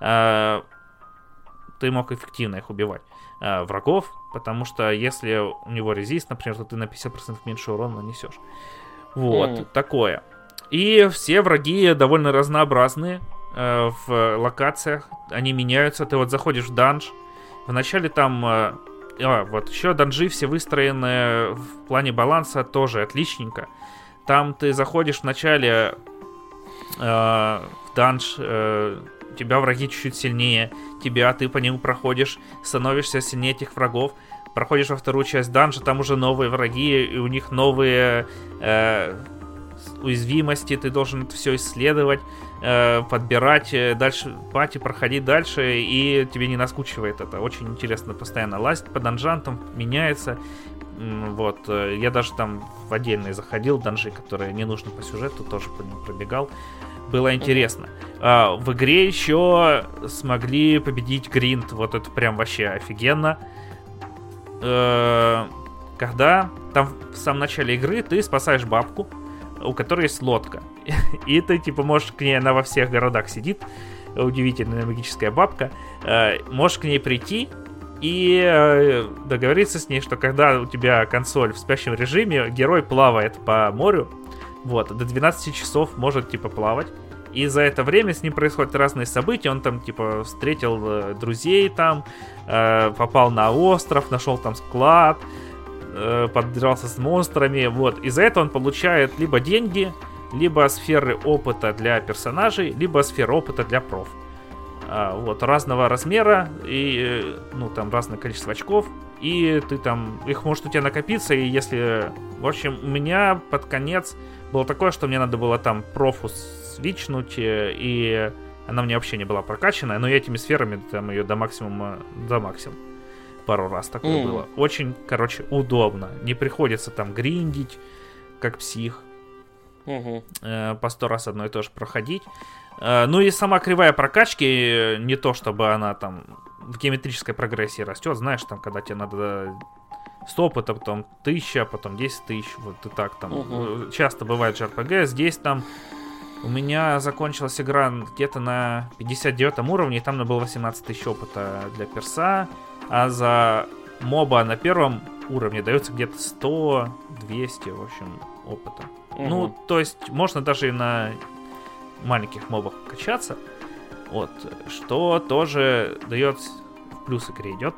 ты мог эффективно их убивать, врагов. Потому что если у него резист, например, то ты на 50% меньше урона нанесешь. Вот, такое. И все враги довольно разнообразные в локациях. Они меняются. Ты вот заходишь в данж. Вначале там... вот еще данжи все выстроены в плане баланса тоже отличненько. Там ты заходишь вначале в данж, у тебя враги чуть-чуть сильнее тебя, ты по нему проходишь, становишься сильнее этих врагов. Проходишь во вторую часть данжа, там уже новые враги, и у них новые уязвимости, ты должен это все исследовать, подбирать, дальше пати, проходить дальше, и тебе не наскучивает это. Очень интересно постоянно лазить по данжам, там меняется. Вот, я даже там в отдельные заходил данжи, которые не нужны по сюжету, тоже по ним пробегал. Было интересно. В игре еще смогли победить гринд, вот это прям вообще офигенно. Когда там в самом начале игры ты спасаешь бабку, у которой есть лодка. И ты, типа, можешь к ней, она во всех городах сидит, удивительная магическая бабка, можешь к ней прийти и договориться с ней, что когда у тебя консоль в спящем режиме, герой плавает по морю, вот, до 12 часов может, типа, плавать. И за это время с ним происходят разные события. Он там, типа, встретил друзей там, попал на остров, нашел там склад, подрался с монстрами, вот. И за это он получает либо деньги, либо сферы опыта для персонажей, либо сферы опыта для проф. Вот, разного размера, и, ну, там, разное количество очков, и ты там, их может у тебя накопиться, и если... В общем, у меня под конец было такое, что мне надо было там профу свичнуть, и она мне вообще не была прокачанная, но я этими сферами там ее до максимума замаксил. Пару раз такое было. Очень, короче, удобно. Не приходится там гриндить, как псих. По 100 раз одно и то же проходить. Ну и сама кривая прокачки, не то чтобы она там в геометрической прогрессии растет. Знаешь, там, когда тебе надо 100 опыта, потом 1000, потом 10 тысяч. Вот и так там. Часто бывает JRPG. Здесь там у меня закончилась игра где-то на 59 уровне, и там было 18 тысяч опыта для перса. А за моба на первом уровне дается где-то 100-200, в общем, опыта. Ну, то есть можно даже и на маленьких мобах качаться. Вот, что тоже дает в плюс игре идет.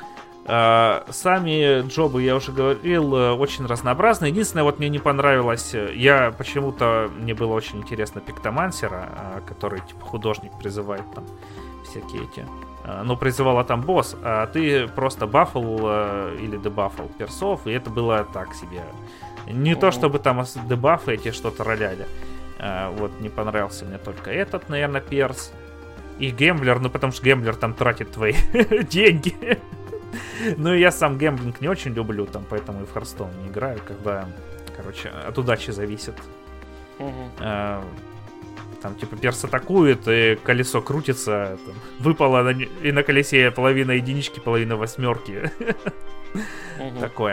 Сами джобы, я уже говорил, очень разнообразны. Единственное, вот мне не понравилось, я почему-то, мне было очень интересно пиктомансера, который типа художник призывает там всякие эти. Ну, призывала там босс, а ты просто баффал или дебаффал персов, и это было так себе. Не то, чтобы там дебафы эти что-то роляли. Вот, не понравился мне только этот, наверное, перс. И гемблер, ну, потому что гемблер там тратит твои деньги. Ну, я сам гемблинг не очень люблю, там, поэтому и в Hearthstone не играю, когда, короче, от удачи зависит. Там, типа, перс атакует, и колесо крутится, там, выпало и на колесе половина единички, половина восьмерки. Такое.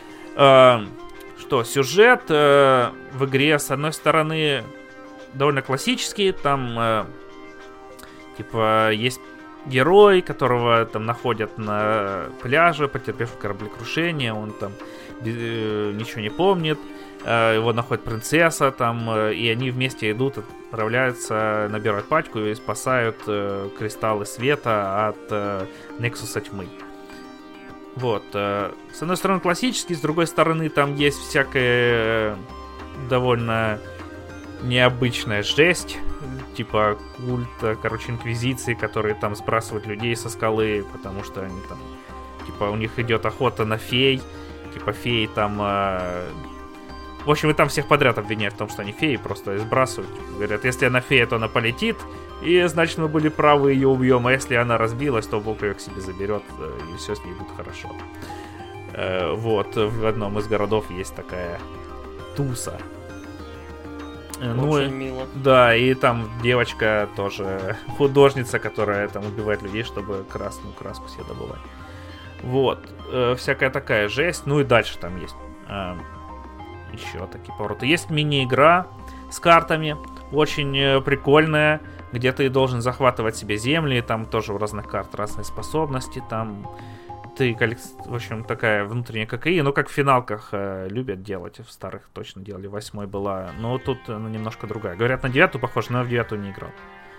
Что, сюжет в игре, с одной стороны, довольно классический, там, типа, есть герой, которого там находят на пляже, потерпев кораблекрушение, он там ничего не помнит. Его находит принцесса там, и они вместе идут, отправляются, набирают пачку и спасают кристаллы света от Нексуса тьмы. Вот. С одной стороны классический, с другой стороны там есть всякая довольно необычная жесть, типа культа, инквизиции, которые там сбрасывают людей со скалы, потому что они там, типа, у них идет охота на фей, типа феи там... В общем, и там всех подряд обвиняют в том, что они феи, просто сбрасывают. Говорят, если она фея, то она полетит, и значит мы были правы, ее убьем. А если она разбилась, то Бог ее к себе заберет, и все с ней будет хорошо. Вот, в одном из городов есть такая туса. Очень мило. Да, и там девочка тоже художница, которая там убивает людей, чтобы красную краску себе добывать. Вот, всякая такая жесть. Ну и дальше там есть еще такие повороты. Есть мини-игра с картами, очень прикольная, где ты должен захватывать себе земли, там тоже у разных карт разные способности, там ты, в общем, такая внутренняя ККИ, ну как в финалках любят делать, в старых точно делали, 8 была, но тут она немножко другая. Говорят, на 9 похоже, но я в 9 не играл.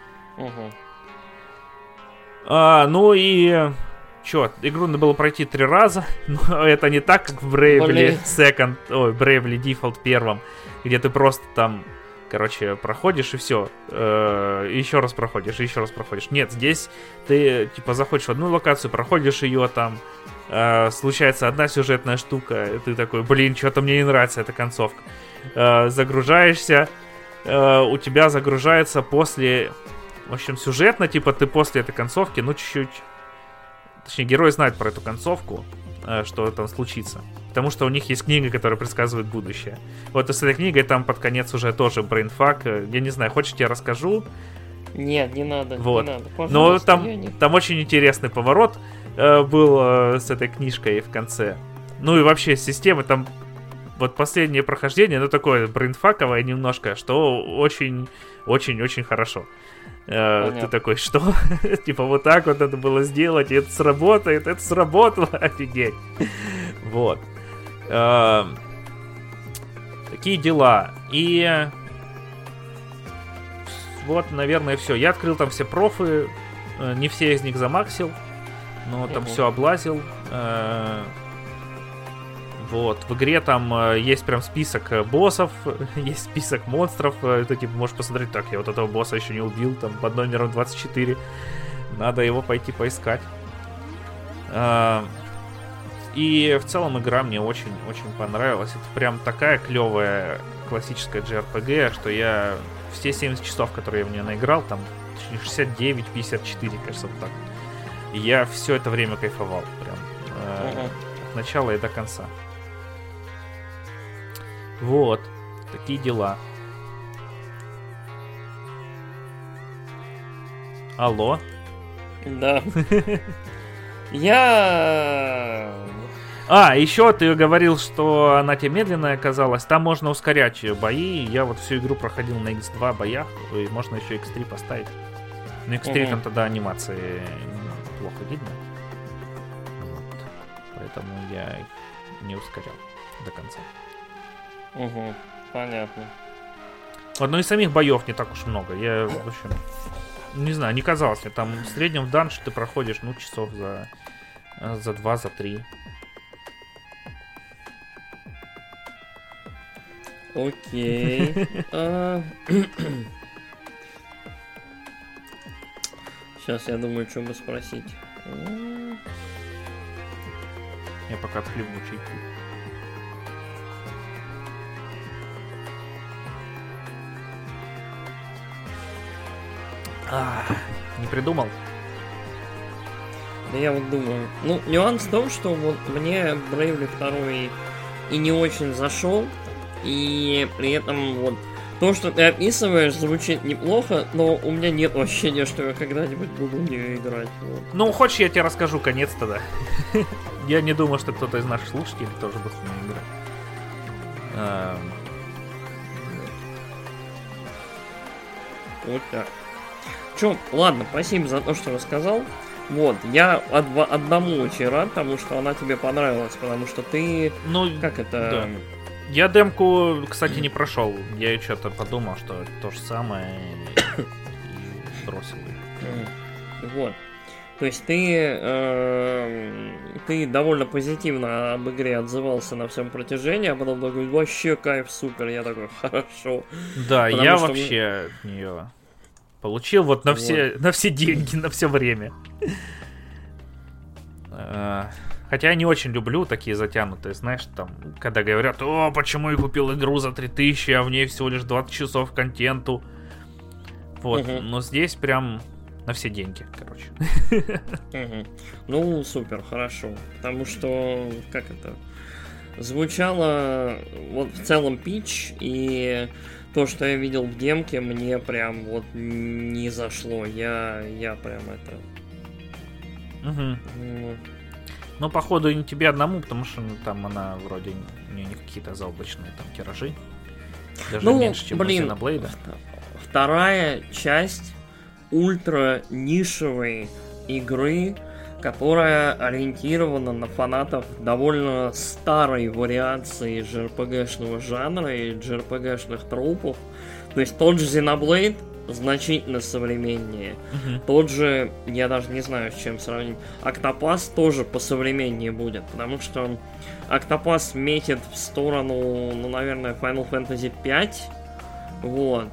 Ну и... Чё, игру надо было пройти 3 раза, но это не так, как в Bravely Bravely Default 1, где ты просто там, короче, проходишь и все, еще раз проходишь, еще раз проходишь. Нет, здесь ты, типа, заходишь в одну локацию, проходишь ее, там, случается одна сюжетная штука, и ты такой, блин, что-то мне не нравится эта концовка. Загружаешься, у тебя загружается после, в общем, сюжетно, типа, ты после этой концовки, ну, чуть-чуть... Точнее, герои знают про эту концовку, что там случится. Потому что у них есть книга, которая предсказывает будущее. Вот и с этой книгой там под конец уже тоже брейнфак. Я не знаю, хочешь, я расскажу? Нет, не надо. Вот. Не надо. Пожалуйста, но там очень интересный поворот был с этой книжкой в конце. Ну и вообще система там... Вот последнее прохождение, ну такое брейнфаковое немножко, что очень-очень-очень хорошо. Ты такой, что? Типа вот так вот надо было сделать, и это сработает, это сработало, офигеть. Вот. Такие дела. И вот, наверное, все. Я открыл там все профы, не все из них замаксил, но там все облазил. Вот, в игре там есть прям список боссов, есть список монстров, ты типа можешь посмотреть, так, я вот этого босса еще не убил, там, под номером 24, надо его пойти поискать. И в целом игра мне очень-очень понравилась, это прям такая клевая классическая JRPG, что я все 70 часов, которые я в нее наиграл, там, точнее, 69, 54, кажется, вот так, и я все это время кайфовал, прям, от начала и до конца. Вот, такие дела. Алло? Да. Я... Еще ты говорил, что она тебе медленная оказалась. Там можно ускорять бои. Я вот всю игру проходил на X2 боях. И можно еще X3 поставить. На X3 там тогда анимации плохо видно. Вот. Поэтому я их не ускорял до конца. Понятно. Вот, но и самих боев не так уж много. Я, в общем, не знаю, не казалось мне. Там в среднем в данж ты проходишь, ну, часов за 2, за 3. Окей. Сейчас я думаю, что бы спросить. Я пока отхлебну чайку. Не придумал? Да я вот думаю. Ну, нюанс в том, что вот мне Bravely 2 и не очень зашел, и при этом вот то, что ты описываешь, звучит неплохо, но у меня нет ощущения, что я когда-нибудь буду в нее играть. Вот. Ну, хочешь, я тебе расскажу конец тогда? Я не думаю, что кто-то из наших слушателей тоже будет в нее играть. Вот так. Чё, ладно, спасибо за то, что рассказал. Вот, я одному очень рад, потому что она тебе понравилась, потому что ты... Ну, как это... Да. Я демку, кстати, не прошел. Я что-то подумал, что это то же самое, и бросил ее. Вот. То есть ты довольно позитивно об игре отзывался на всем протяжении, а потом такой, вообще кайф, супер, я такой, хорошо. Да, потому я вообще от нее получил вот на все деньги, на все время. Хотя я не очень люблю такие затянутые, знаешь, там, когда говорят, о, почему я купил игру за 3000, а в ней всего лишь 20 часов контенту. Вот, но здесь прям на все деньги, короче. Ну, супер, хорошо. Потому что, как это, звучало вот в целом пич, и то, что я видел в демке, мне прям вот не зашло. Я прям это... Ну, походу, не тебе одному, потому что там она вроде у нее не какие-то заоблачные там тиражи. Даже меньше, чем у Xenoblade. Вторая часть ультра нишевой игры, которая ориентирована на фанатов довольно старой вариации JRPG-шного жанра и JRPG-шных тропов. То есть тот же Xenoblade значительно современнее. Тот же, я даже не знаю, с чем сравнить. Octopath тоже посовременнее будет, потому что Octopath метит в сторону, ну, наверное, Final Fantasy 5. Вот.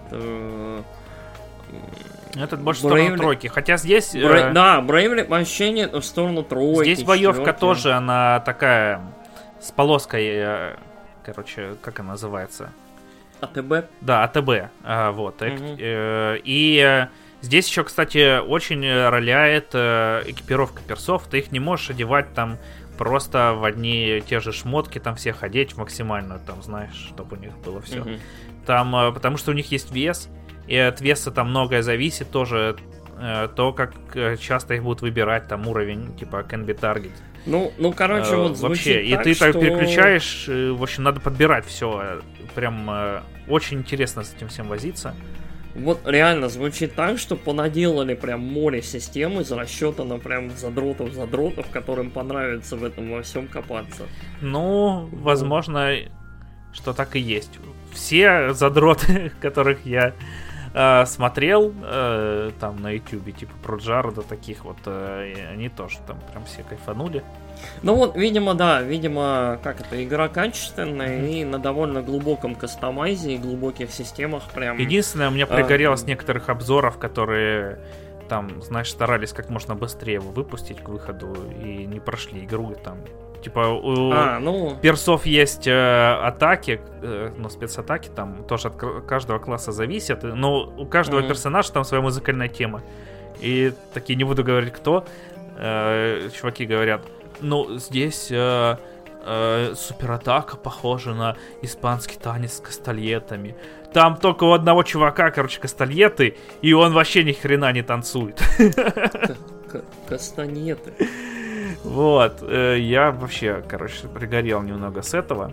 Этот больше в сторону тройки. Хотя здесь... Да, Bravely вообще нет, в сторону тройки. Здесь боевка тоже, она такая с полоской, короче, как она называется? АТБ? Да, АТБ. Вот. И здесь еще, кстати, очень роляет экипировка персов. Ты их не можешь одевать там просто в одни и те же шмотки, там всех одеть в максимальную, там, знаешь, чтобы у них было все. Там, потому что у них есть вес, и от веса там многое зависит тоже. То, как часто их будут выбирать, там уровень, типа can be target. Ну, короче, вот вообще, и так, ты что... так переключаешь, в общем, надо подбирать все. Прям очень интересно с этим всем возиться. Вот реально звучит так, что понаделали прям море систем из расчета на прям задротов, которым понравится в этом во всем копаться. Ну, возможно, что так и есть. Все задроты, которых я смотрел там на ютубе, типа про Джареда, таких вот, они тоже там прям все кайфанули. Ну вот, видимо, как это, игра качественная и на довольно глубоком кастомайзе и глубоких системах прям... Единственное, у меня пригорело с некоторых обзоров, которые там, знаешь, старались как можно быстрее его выпустить к выходу и не прошли игру там. Типа у персов есть атаки, но спецатаки там тоже от каждого класса зависят, но у каждого персонажа там своя музыкальная тема. И такие, не буду говорить кто, чуваки говорят, ну здесь суператака похожа на испанский танец с кастальетами. Там только у одного чувака, короче, кастальеты, и он вообще ни хрена не танцует. Кастанеты. Вот, я вообще, короче, пригорел немного с этого.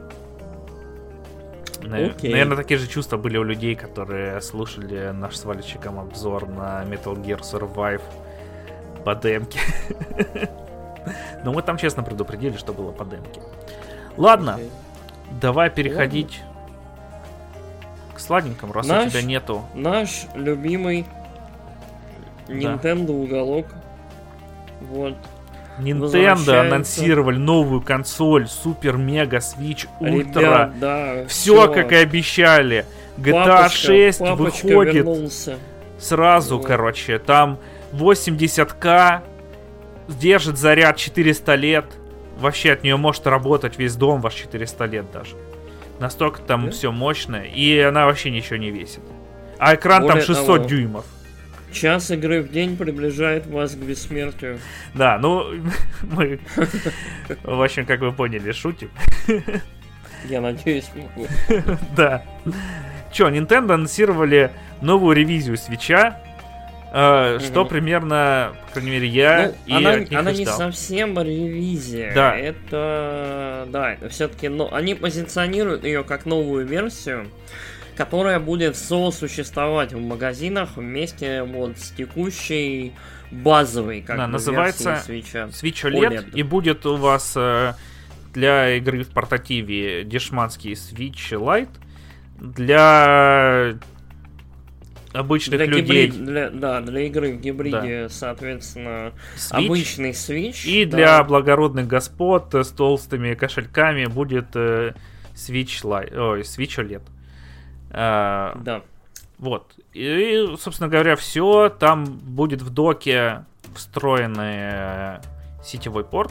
Наверное, такие же чувства были у людей, которые слушали наш с Валичиком обзор на Metal Gear Survive по демке. Но мы там честно предупредили, что было по демке. Ладно, давай переходить к сладенькому, раз у тебя нету. Наш любимый Nintendo уголок. Вот. Nintendo анонсировали новую консоль Super Mega Switch Ultra. Ребят, да, все как и обещали. GTA 6 выходит вернулся. Сразу, короче. Там 80к, держит заряд 400 лет. Вообще от нее может работать весь дом ваш 400 лет даже. Настолько там все мощное. И она вообще ничего не весит. А экран более там 600 дюймов. Час игры в день приближает вас к бессмертию. Да, ну, мы, в общем, как вы поняли, шутим. Я надеюсь, могу. Да. Че, Nintendo анонсировали новую ревизию Свитча, что примерно, по крайней мере, я она не совсем ревизия. Да. Это все-таки, они позиционируют ее как новую версию. которая будет сосуществовать в магазинах вместе вот с текущей базовой, как бы, называется Switch OLED, и будет у вас для игры в портативе дешманский Switch Lite, для обычных людей. Для игры в гибриде, соответственно, Switch. Обычный Switch. И для благородных господ с толстыми кошельками будет Switch OLED. Да. Вот. И, собственно говоря, все. Там будет в доке встроенный сетевой порт.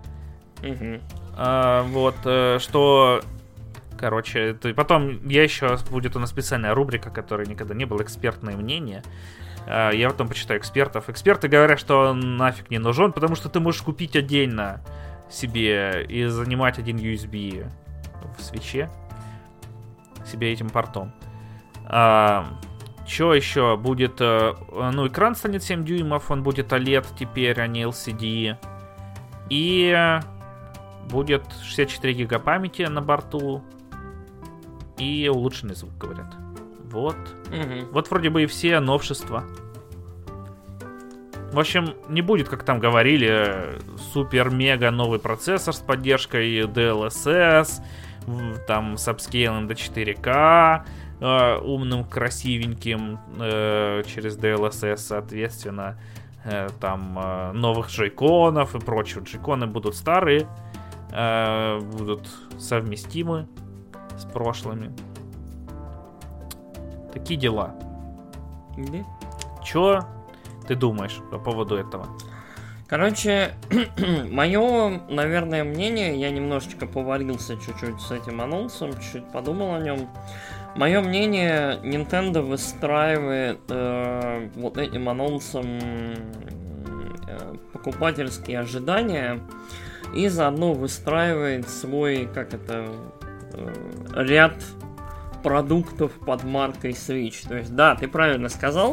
Вот, что... Короче, потом будет у нас специальная рубрика, которая никогда не была, экспертное мнение. Я потом почитаю экспертов. Эксперты говорят, что он нафиг не нужен, потому что ты можешь купить отдельно себе и занимать один USB в свитче себе этим портом. Что еще будет? Ну, экран станет 7 дюймов, он будет OLED теперь, а не LCD. И будет 64 гига памяти на борту. И улучшенный звук, говорят. Вот. Вот вроде бы и все новшества. В общем, не будет, как там говорили, супер-мега новый процессор с поддержкой DLSS, там с апскейлом до 4К, умным, красивеньким, через DLSS, соответственно, там новых джойконов и прочего. Джойконы будут старые, будут совместимы с прошлыми. Такие дела. Чё ты думаешь по поводу этого? Короче, мое, наверное, мнение, я немножечко поварился чуть-чуть с этим анонсом, чуть-чуть подумал о нем. Мое мнение, Nintendo выстраивает вот этим анонсом покупательские ожидания и заодно выстраивает свой, ряд продуктов под маркой Switch. То есть, да, ты правильно сказал.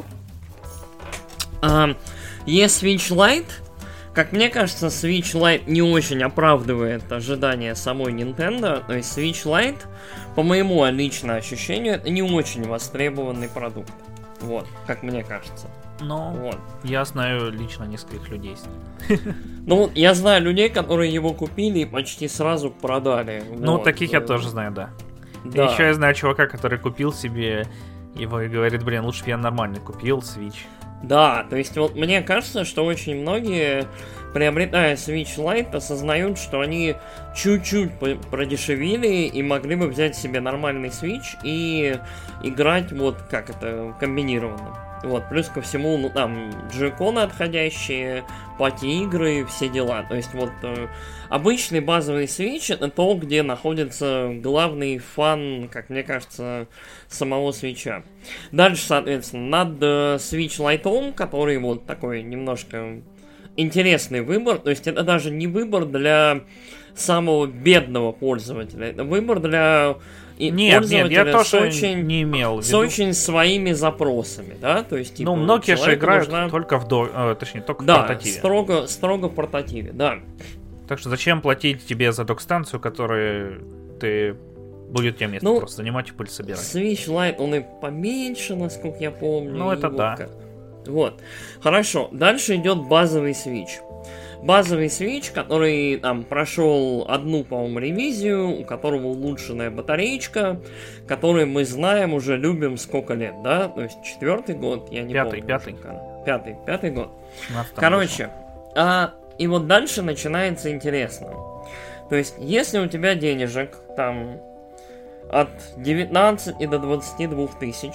Есть Switch Lite. Как мне кажется, Switch Lite не очень оправдывает ожидания самой Nintendo. То есть Switch Lite, по моему личному ощущению, это не очень востребованный продукт. Вот, как мне кажется. Ну, вот. Я знаю лично нескольких людей. Ну, я знаю людей, которые его купили и почти сразу продали. Ну, вот. Таких я тоже знаю, да. Да. И еще я знаю чувака, который купил себе его и говорит, блин, лучше бы я нормально купил Switch. Да, то есть вот мне кажется, что очень многие, приобретая Switch Lite, осознают, что они чуть-чуть продешевили и могли бы взять себе нормальный Switch и играть вот комбинированно. Вот, плюс ко всему, ну там, джойконы отходящие, пати-игры, все дела. То есть вот обычный базовый Switch это то, где находится главный фан, как мне кажется, самого Switch'а. Дальше, соответственно, над Switch Lite'ом, который вот такой немножко интересный выбор. То есть это даже не выбор для самого бедного пользователя, это выбор для... Нет, я тоже не имел в виду. С очень своими запросами, да, то есть типа, ну, многие же играют только только в портативе. Да, строго в портативе, да. Так что зачем платить тебе за док-станцию, которая будет тебе место просто занимать и пыль собирать? Switch Lite, он и поменьше, насколько я помню. Ну, это да. Вот, хорошо, дальше идет базовый Switch. Базовый Switch, который там прошел одну, по-моему, ревизию, у которого улучшенная батареечка, которую мы знаем, уже любим сколько лет, да? То есть 4-й год, я не помню. Пятый год. Короче, и вот дальше начинается интересно. То есть, если у тебя денежек там от 19 до 22 тысяч,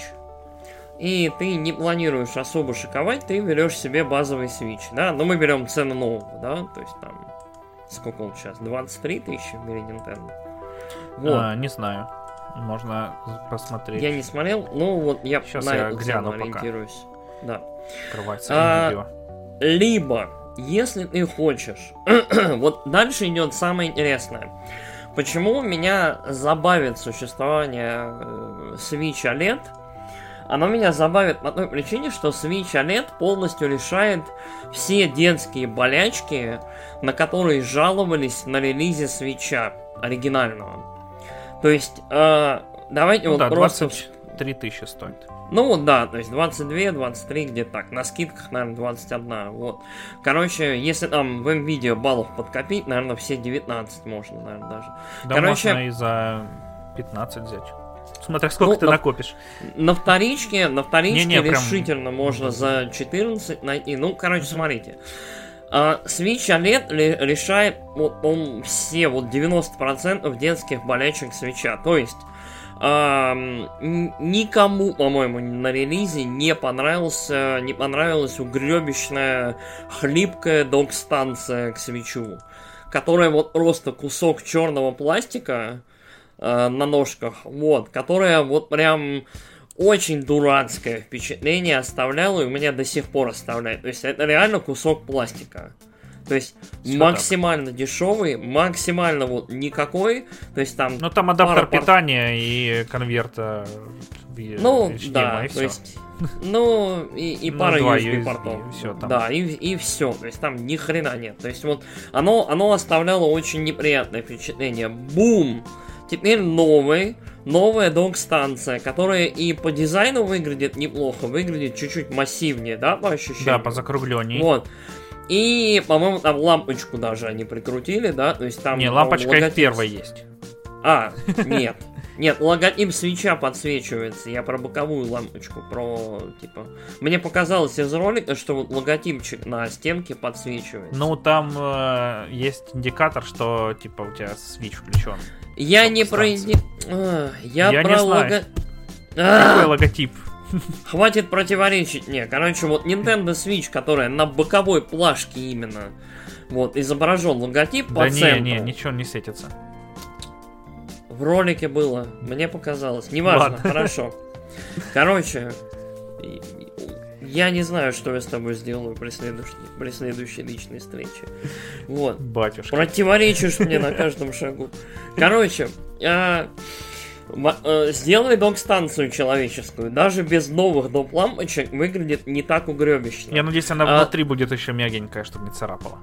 и ты не планируешь особо шиковать, ты берешь себе базовый Switch, да? Но мы берем цену нового, да? То есть там, сколько он сейчас? 23 тысячи в мире Nintendo? Вот. Не знаю. Можно посмотреть. Я не смотрел, ну вот я сейчас на эту цену ориентируюсь. Да. Открывается видео. Либо, если ты хочешь, вот дальше идет самое интересное. Почему меня забавит существование Switch OLED? Оно меня забавит по той причине, что Switch OLED полностью решает все детские болячки, на которые жаловались на релизе Switch'а оригинального. То есть, давайте вот просто 3000 стоит. Ну вот да, то есть 22, 23, где-то так. На скидках, наверное, 21, вот. Короче, если там в NVIDIA баллов подкопить, наверное, все 19 можно, наверное, даже. Да, короче, можно и за 15 взять. Смотря сколько ты накопишь. На вторичке решительно прям... можно за 14 найти. Ну, короче, смотрите. Switch OLED решает он все 90% детских болячек свитча. То есть никому, по-моему, на релизе не понравилась угребищная хлипкая док-станция к свитчу, которая просто кусок черного пластика на ножках, которая прям очень дурацкое впечатление оставляла, и у меня до сих пор оставляет. То есть это реально кусок пластика. То есть все максимально так. Дешевый, максимально никакой. То есть там. Ну там адаптер питания и конверта в HDMI, да, и то все. есть. И пара USB портов. И все там. Да, и все. То есть там ни хрена нет. То есть оно оставляло очень неприятное впечатление. Бум! Теперь новая док-станция, которая и по дизайну выглядит неплохо, выглядит чуть-чуть массивнее, да, по ощущениям? Да, по закруглению. Вот. И, по-моему, там лампочку даже они прикрутили, да, то есть там... Не, лампочка их первая есть. Нет. Нет, логотип свитча подсвечивается. Я про боковую лампочку, Мне показалось из ролика, что логотипчик на стенке подсвечивается. Ну, там есть индикатор, что, у тебя свитч включен. Я не про... Я про логотип. Какой логотип? Хватит противоречить мне. Короче, Nintendo Switch, которая на боковой плашке именно, изображен логотип по центру. Не, ничего не светится. В ролике было, мне показалось. Неважно, хорошо. Короче, я не знаю, что я с тобой сделаю при следующей личной встрече. Батюшка. Противоречишь мне на каждом шагу. Короче, сделай док-станцию человеческую. Даже без новых доп-лампочек выглядит не так угребищно. Я надеюсь, она внутри будет еще мягенькая, чтобы не царапала.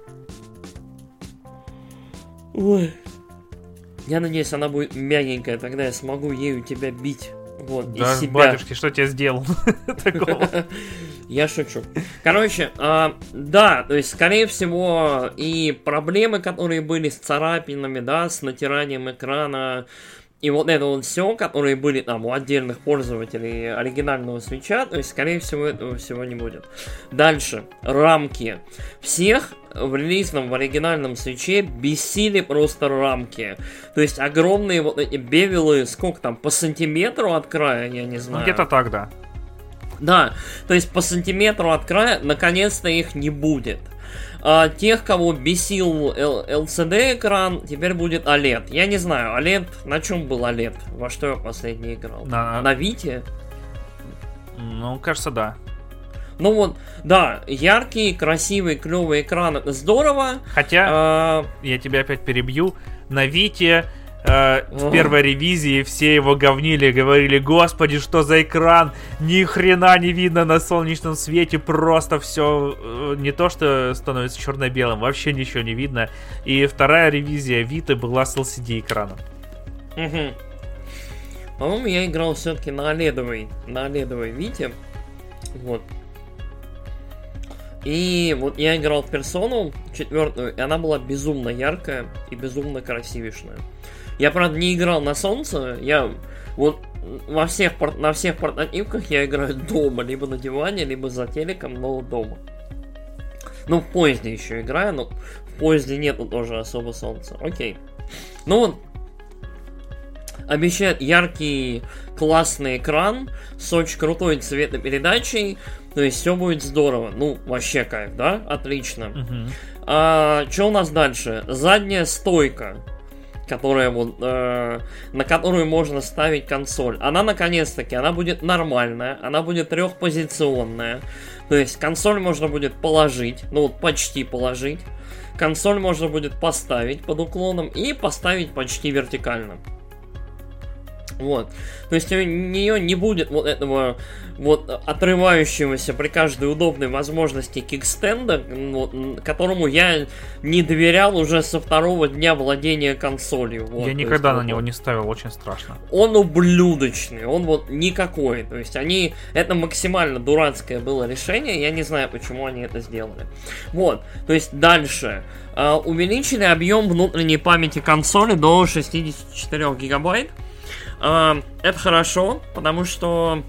Ой. Я надеюсь, она будет мягенькая, тогда я смогу ею тебя бить. Да, из себя. Батюшки, что я сделал такого? Я шучу. Короче, да, то есть, скорее всего, и проблемы, которые были с царапинами, да, с натиранием экрана, и это все, которые были там у отдельных пользователей оригинального свитча, то есть, скорее всего, этого всего не будет. Дальше, рамки. Всех в релизном, в оригинальном свитче бесили просто рамки. То есть, огромные эти бевелы, сколько там, по сантиметру от края, я не знаю. Где-то так, да. Да, то есть, по сантиметру от края, наконец-то их не будет. Тех, кого бесил LCD-экран, теперь будет OLED. Я не знаю, OLED... На чем был OLED? Во что я последний играл? На Вите? Ну, кажется, да. Да, яркий, красивый, клевый экран, это здорово. Хотя, я тебя опять перебью, на Вите... в первой ревизии все его говнили, говорили: господи, что за экран, ни хрена не видно на солнечном свете, просто все не то, что становится черно-белым, вообще ничего не видно. И вторая ревизия Виты была с LCD экраном. По-моему, я играл все-таки на OLED-овой Вите. И я играл в Персону 4, и она была безумно яркая и безумно красивишная. Я, правда, не играл на солнце. Я на всех портативках я играю дома, либо на диване, либо за телеком, но дома. В поезде еще играю, но в поезде нету тоже особо солнца. Окей. Обещает яркий, классный экран с очень крутой цветопередачей. То есть все будет здорово. Вообще кайф, да? Отлично. Что у нас дальше? Задняя стойка, которая на которую можно ставить консоль. Она наконец-таки, она будет нормальная, она будет трехпозиционная. То есть консоль можно будет положить, почти положить. Консоль можно будет поставить под уклоном и поставить почти вертикально. Вот. То есть у нее не будет вот этого вот отрывающегося при каждой удобной возможности кикстенда, вот, которому я не доверял уже со второго дня владения консолью. Вот. Я никогда на него не ставил, очень страшно. Он ублюдочный, он вот никакой. То есть это максимально дурацкое было решение, я не знаю, почему они это сделали. Вот, то есть дальше. Увеличили объем внутренней памяти консоли до 64 гигабайт. Это хорошо, потому что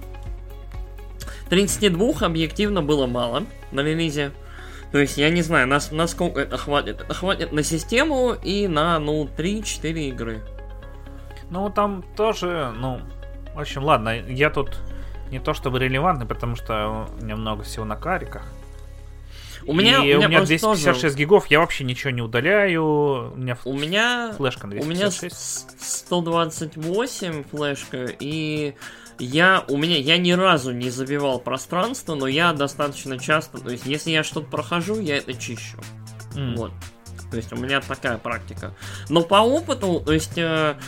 32 объективно было мало на релизе. То есть я не знаю, насколько это хватит. Это хватит на систему и на, 3-4 игры. Ну, там тоже, в общем, ладно, я тут не то чтобы релевантный, потому что у меня много всего на кариках. У меня 256 тоже... гигов, я вообще ничего не удаляю. У меня флешка на 256. У меня 128 флешка, и я ни разу не забивал пространство, но я достаточно часто, то есть если я что-то прохожу, я это чищу. Вот. То есть у меня такая практика. Но по опыту, то есть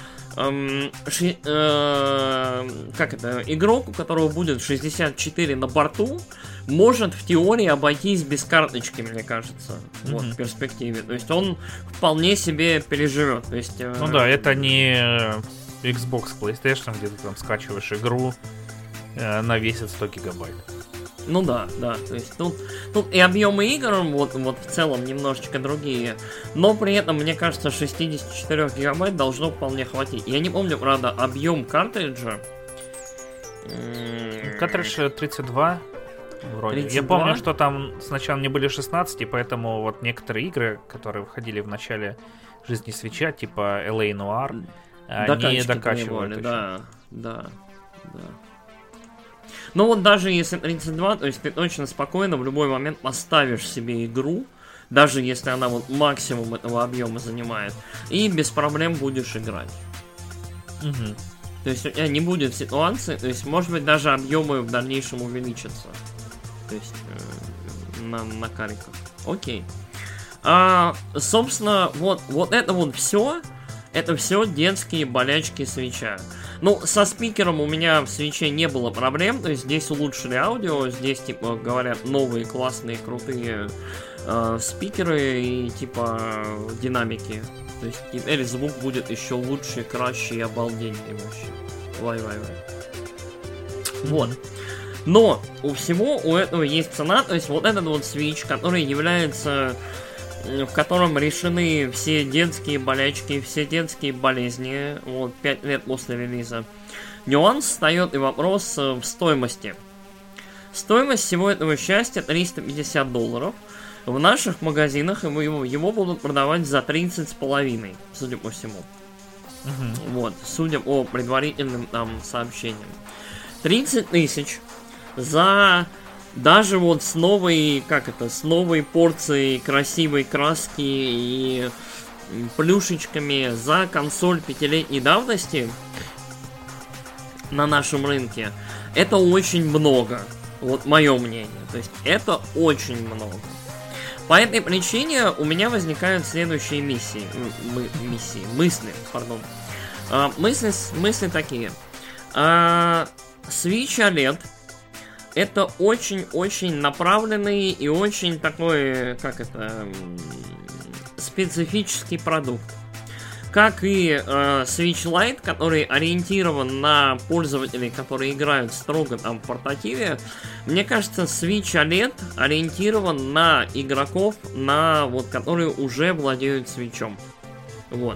игрок, у которого будет 64 на борту, может в теории обойтись без карточки, мне кажется, вот, в перспективе. То есть он вполне себе переживет. То есть, это не Xbox, PlayStation, где ты там скачиваешь игру на весит 100 гигабайт. Ну да. То есть тут и объемы игр вот в целом немножечко другие. Но при этом, мне кажется, 64 гигабайт должно вполне хватить. Я не помню, правда, объем картриджа. Картридж 32. Вроде. 32? Я помню, что там сначала не были 16, и поэтому вот некоторые игры, которые входили в начале жизни Свитча, типа LA Noire, они докачивали. Да. Но вот даже если 32, то есть ты точно спокойно в любой момент поставишь себе игру, даже если она вот максимум этого объема занимает, и без проблем будешь играть. То есть у тебя не будет ситуации, то есть может быть даже объемы в дальнейшем увеличатся. То есть на кариках. Окей. Собственно, вот это вот все. Это все детские болячки Свитча. Со спикером у меня в Свитче не было проблем. То есть здесь улучшили аудио. Здесь, типа, говорят, новые классные, крутые спикеры и, типа, динамики. То есть теперь звук будет еще лучше, краще и обалденнее вообще. Вай. Вот. Но у всего у этого есть цена. То есть вот этот вот Switch, который является... в котором решены все детские болячки, все детские болезни, вот, 5 лет после релиза. Нюанс встает и вопрос в стоимости. Стоимость всего этого счастья $350. В наших магазинах его будут продавать за 30,5, судя по всему. Вот, судя по предварительным там сообщениям. 30 тысяч за... Даже вот с новой порцией красивой краски и плюшечками за консоль 5-летней давности на нашем рынке, это очень много. Вот мое мнение. То есть это очень много. По этой причине у меня возникают следующие мысли. Мысли такие. Switch OLED это очень-очень направленный и очень такой, специфический продукт. Как и Switch Lite, который ориентирован на пользователей, которые играют строго там в портативе, мне кажется, Switch OLED ориентирован на игроков, которые уже владеют Switch'ом. Вот.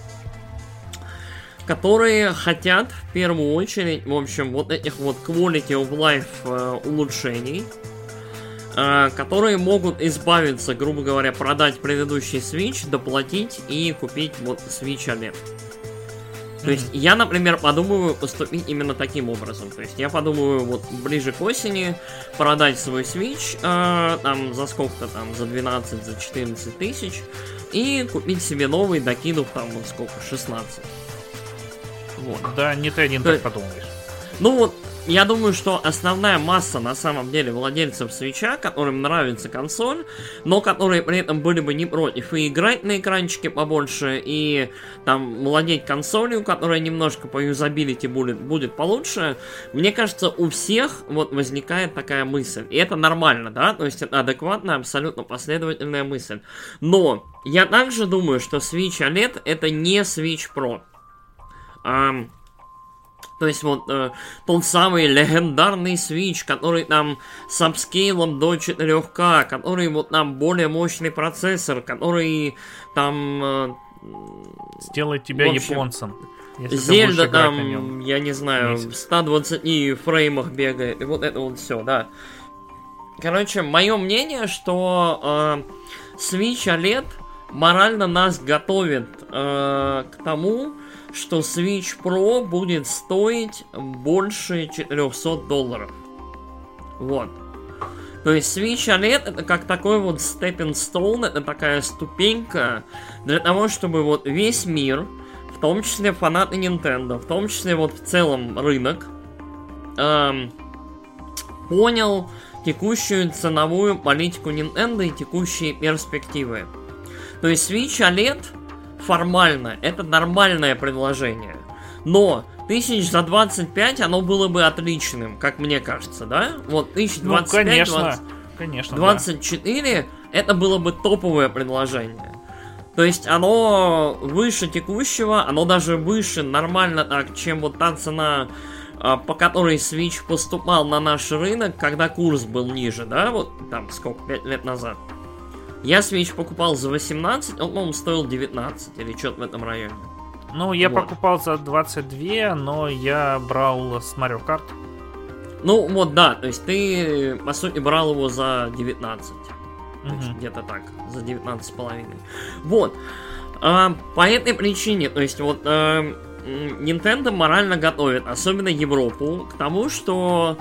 Которые хотят в первую очередь, в общем, вот этих вот quality of life улучшений, которые могут избавиться, грубо говоря, продать предыдущий Switch, доплатить и купить вот Switch OLED. То есть я, например, подумываю поступить именно таким образом. То есть я подумываю вот ближе к осени продать свой Switch там за сколько-то там, за 12, за 14 тысяч и купить себе новый, докинув там вот сколько, 16. Вот. Да, не ты один так подумаешь. я думаю, что основная масса, на самом деле, владельцев Switch'а, которым нравится консоль, но которые при этом были бы не против и играть на экранчике побольше, и там владеть консолью, которая немножко по юзабилити будет получше, мне кажется, у всех вот возникает такая мысль. И это нормально, да? То есть это адекватная, абсолютно последовательная мысль. Но я также думаю, что Switch OLED это не Switch Pro. То есть вот тот самый легендарный Switch, который там с апскейлом до 4К, который вот там более мощный процессор, который там... сделает тебя японцем. Зельда там, я не знаю, в 120 фреймах бегает, и вот это вот все, да. Короче, мое мнение, что Switch OLED морально нас готовит к тому, что Switch Pro будет стоить больше $400. Вот. То есть Switch OLED это как такой вот stepping stone, это такая ступенька для того, чтобы вот весь мир, в том числе фанаты Nintendo, в том числе вот в целом рынок, понял текущую ценовую политику Nintendo и текущие перспективы. То есть Switch OLED формально это нормальное предложение, но 1025 оно было бы отличным, как мне кажется, да? Вот 1025, ну, конечно, 24 да. Это было бы топовое предложение. То есть оно выше текущего, оно даже выше нормально так, чем вот та цена, по которой Switch поступал на наш рынок, когда курс был ниже, да? Вот там сколько, 5 лет назад. Я Switch покупал за 18, он, по-моему, стоил 19 или что-то в этом районе. Ну, я покупал за 22, но я брал с Mario Kart. Ну, вот, да, то есть ты, по сути, брал его за 19. То есть где-то так, за 19,5. Вот. По этой причине, то есть вот Nintendo морально готовит, особенно Европу, к тому, что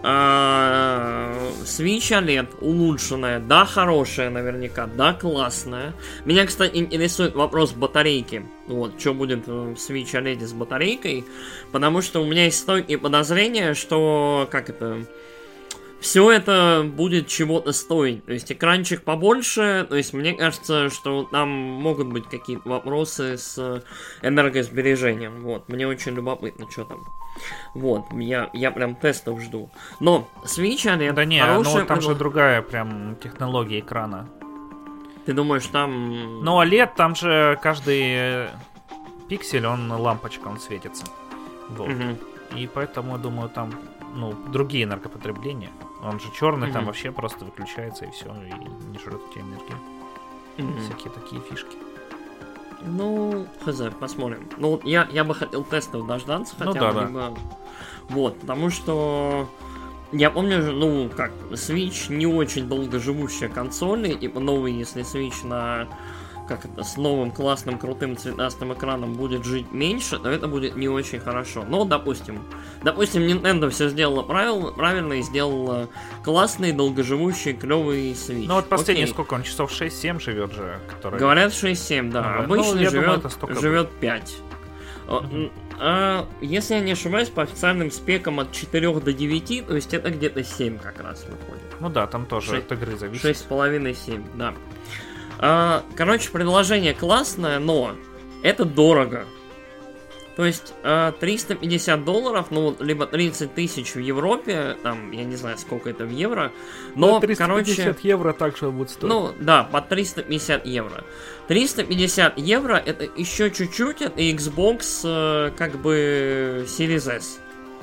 Switch OLED улучшенная, да, хорошая наверняка, да, классная. Меня, кстати, интересует вопрос батарейки. Вот, что будет в Switch OLED с батарейкой. Потому что у меня есть стойкие подозрения, что, все это будет чего-то стоить. То есть экранчик побольше. То есть мне кажется, что там могут быть какие-то вопросы с энергосбережением. Вот, мне очень любопытно, что там. Вот, я прям тестов жду. Но Switch OLED да не, ну там же другая прям технология экрана. Ты думаешь, там... Ну, OLED, там же каждый пиксель, он лампочка, он светится. Вот. И поэтому, я думаю, там другие энергопотребления. Он же черный, там вообще просто выключается и все, и не жрет у тебя энергию. Всякие такие фишки. Ну, хз, посмотрим. Ну, я бы хотел тестов дождаться, хотя бы. Да. Вот, потому что я помню, Switch не очень долго живущая консоль, и типа новый, если Switch с новым классным крутым цветастым экраном будет жить меньше, то это будет не очень хорошо. Но, допустим, Nintendo все сделала правильно и сделала классный, долгоживущий, клевый Switch. Ну вот последний, сколько он, часов 6-7 живет же? Который... Говорят 6-7, да. Обычно живет 5. Если я не ошибаюсь, по официальным спекам от 4 до 9, то есть это где-то 7 как раз выходит. Ну да, там тоже от игры зависит. 6,5-7, да. Короче, предложение классное, но это дорого. То есть $350, либо 30 тысяч в Европе, там, я не знаю, сколько это в евро, но, 350 евро также будет стоить. Ну, да, по 350 евро. 350 евро это еще чуть-чуть, это Xbox, Series S.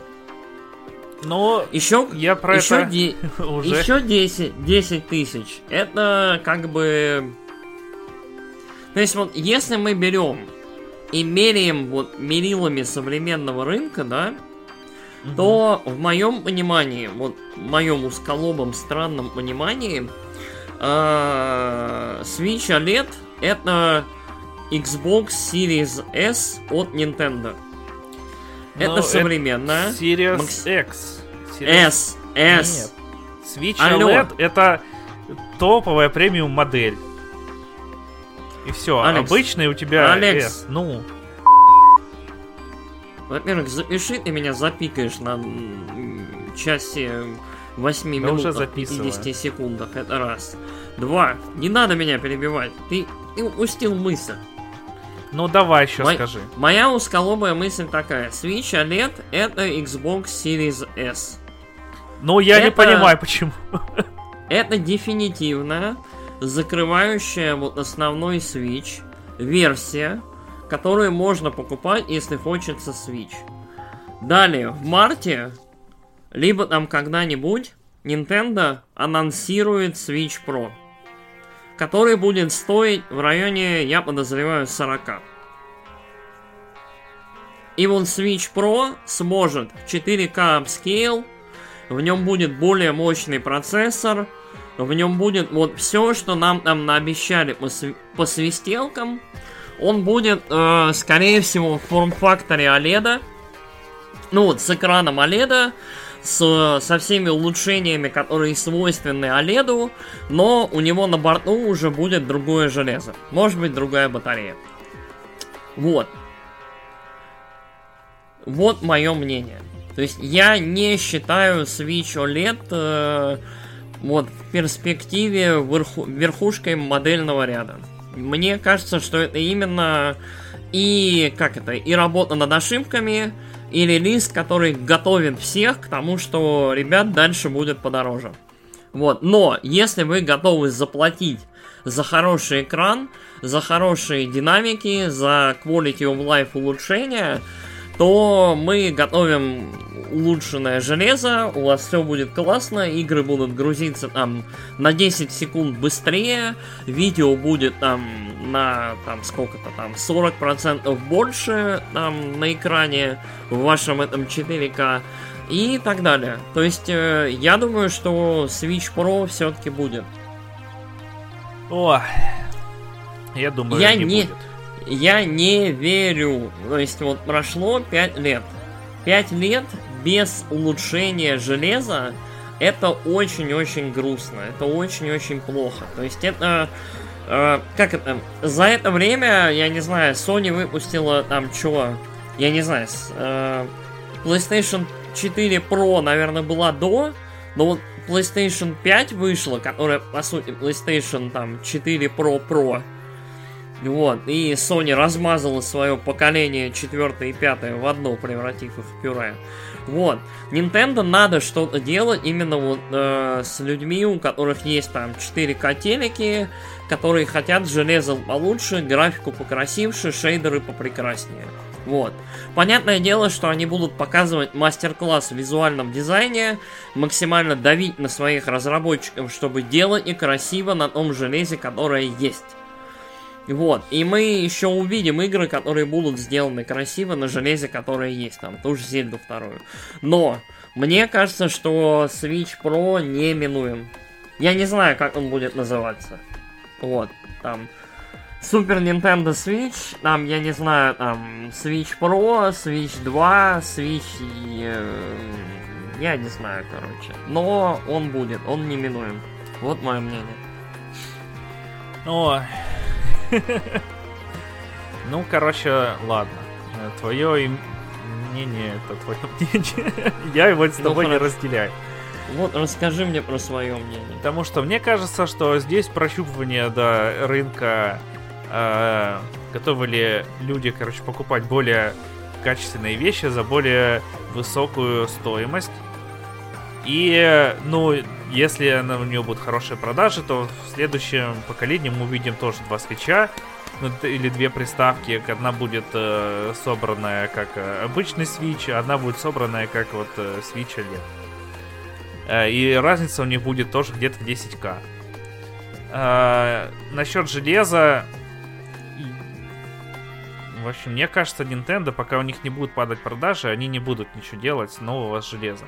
Но еще 10 тысяч. Это То есть вот, если мы берем и меряем вот мерилами современного рынка, да, то в моем понимании, вот в моем узколобом странном понимании, Switch OLED это Xbox Series S от Nintendo. Это современная. Series X. S. Нет. Switch OLED это топовая премиум модель. И все. Обычный у тебя Алекс. S. Ну. Во-первых, запиши, ты меня запикаешь на часе 8 минут 50 секундах. Это раз. 2. Не надо меня перебивать. Ты упустил мысль. Ну давай еще скажи. Моя узколобая мысль такая. Switch OLED это Xbox Series S. Ну я не понимаю почему. Это дефинитивно закрывающая вот основной Switch версия, которую можно покупать, если хочется Switch. Далее, в марте, либо там когда-нибудь, Nintendo анонсирует Switch Pro, который будет стоить в районе, я подозреваю, 40. И вот Switch Pro сможет 4K upscale, в нем будет более мощный процессор, в нем будет вот все, что нам там наобещали по свистелкам. Он будет, скорее всего, в форм-факторе OLED. Ну вот, с экраном OLED, со всеми улучшениями, которые свойственны OLED, но у него на борту уже будет другое железо. Может быть, другая батарея. Вот. Вот мое мнение. То есть, я не считаю Switch OLED вот в перспективе верхушкой модельного ряда. Мне кажется, что это именно и работа над ошибками, и релиз, который готовит всех к тому, что, ребят, дальше будет подороже. Вот, но если вы готовы заплатить за хороший экран, за хорошие динамики, за quality of life улучшения, то мы готовим улучшенное железо, у вас все будет классно, игры будут грузиться там на 10 секунд быстрее, видео будет там на сколько-то там 40% больше там на экране в вашем этом 4К и так далее. То есть я думаю, что Switch Pro все-таки будет. О, я думаю, не будет. Я не верю. То есть вот прошло 5 лет. 5 лет без улучшения железа это очень-очень грустно. Это очень-очень плохо. То есть это... За это время, я не знаю, Sony выпустила там что? Я не знаю, PlayStation 4 Pro, наверное, была до. Но вот PlayStation 5 вышла, которая, по сути, PlayStation там 4 Pro. Вот, и Sony размазала свое поколение 4 и 5 в одно, превратив их в пюре. Вот, Nintendo надо что-то делать именно вот с людьми, у которых есть там 4К телеки, которые хотят железо получше, графику покрасивше, шейдеры попрекраснее. Вот. Понятное дело, что они будут показывать мастер-класс в визуальном дизайне, максимально давить на своих разработчиков, чтобы делать и красиво на том железе, которое есть. Вот, и мы еще увидим игры, которые будут сделаны красиво на железе, которое есть там, ту же Зельду вторую. Но, мне кажется, что Switch Pro неминуем. Я не знаю, как он будет называться. Вот, там, Super Nintendo Switch, там, я не знаю, там, Switch Pro, Switch 2, Switch... я не знаю, короче. Но он будет, он неминуем. Вот мое мнение. Ой... Ну, короче, ладно. Твое мнение, это твое мнение. Я его с тобой не разделяю. Вот, расскажи мне про свое мнение. Потому что мне кажется, что здесь прощупывание до рынка, готовы ли люди, короче, покупать более качественные вещи за более высокую стоимость. И, ну, если у нее будут хорошие продажи, то в следующем поколении мы увидим тоже 2 свитча, или 2 приставки. Одна будет собранная как обычный свитч, а одна будет собранная как вот свитч OLED. И разница у них будет тоже где-то в 10К. Насчет железа... В общем, мне кажется, Nintendo, пока у них не будут падать продажи, они не будут ничего делать с нового железа.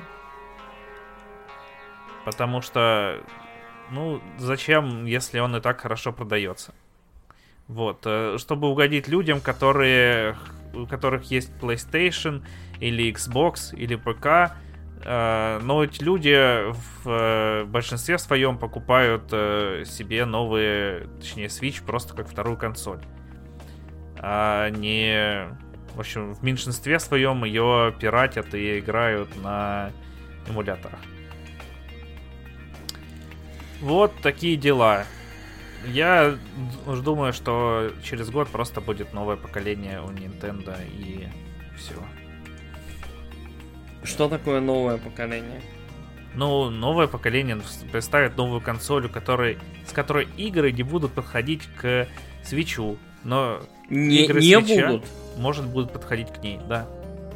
Потому что, ну, зачем, если он и так хорошо продается? Вот, чтобы угодить людям, у которых есть PlayStation или Xbox или ПК, но эти люди в большинстве своем покупают себе новые, точнее, Switch просто как вторую консоль, а не В общем, в меньшинстве своем ее пиратят и играют на эмуляторах. Вот такие дела. Я думаю, что через год просто будет новое поколение у Nintendo и все. Что такое новое поколение? Ну, новое поколение представит новую консоль, с которой игры не будут подходить к Switch'у, но игры не Switch'а, будут. может, будут подходить к ней, да.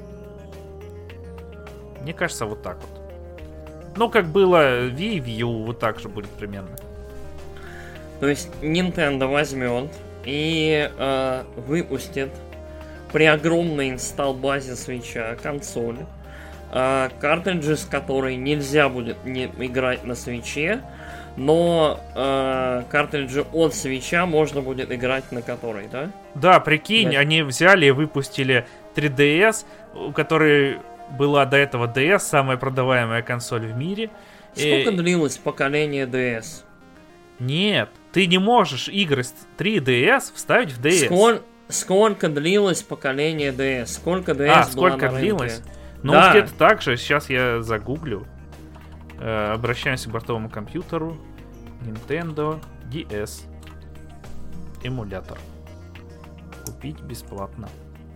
Мне кажется, вот так вот. Ну, как было Wii, Wii U, вот так же будет примерно. То есть Nintendo возьмет и выпустит при огромной инсталл-базе Switch'а консоль, картриджи с которой нельзя будет не играть на Switch'е, но картриджи от Switch'а можно будет играть на которой, да? Да, прикинь, да. Они взяли и выпустили 3DS, у которой была до этого DS, самая продаваемая консоль в мире. Сколько длилось поколение DS? Нет, ты не можешь игры с 3DS вставить в DS. Сколько длилось поколение DS? Сколько DS сколько длилось? Ну, да. Где-то так же. Сейчас я загуглю. Обращаемся к бортовому компьютеру. Nintendo DS. Эмулятор. Купить бесплатно.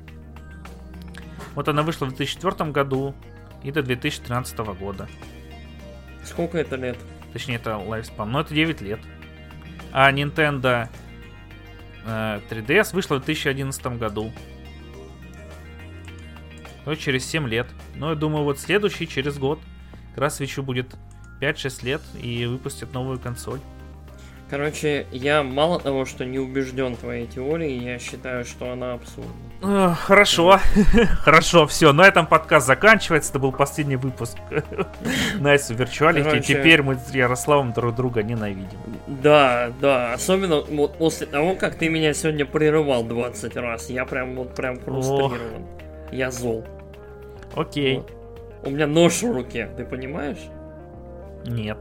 Вот она вышла в 2004 году и до 2013 года. Сколько это лет? Точнее, это lifespan. Но это 9 лет. А Nintendo 3DS вышла в 2011 году. То через 7 лет. Но я думаю, вот следующий, через год, как раз Switch'у будет 5-6 лет и выпустят новую консоль. Короче, я мало того, что не убежден твоей теорией, я считаю, что она абсурдна. Хорошо, хорошо, все, на этом подкаст заканчивается. Это был последний выпуск Nights of Virtuality. Теперь мы с Ярославом друг друга ненавидим. Да, особенно вот после того, как ты меня сегодня прерывал 20 раз. Я прям фрустрирован. Я зол. Окей. Вот. У меня нож в руке, ты понимаешь? Нет.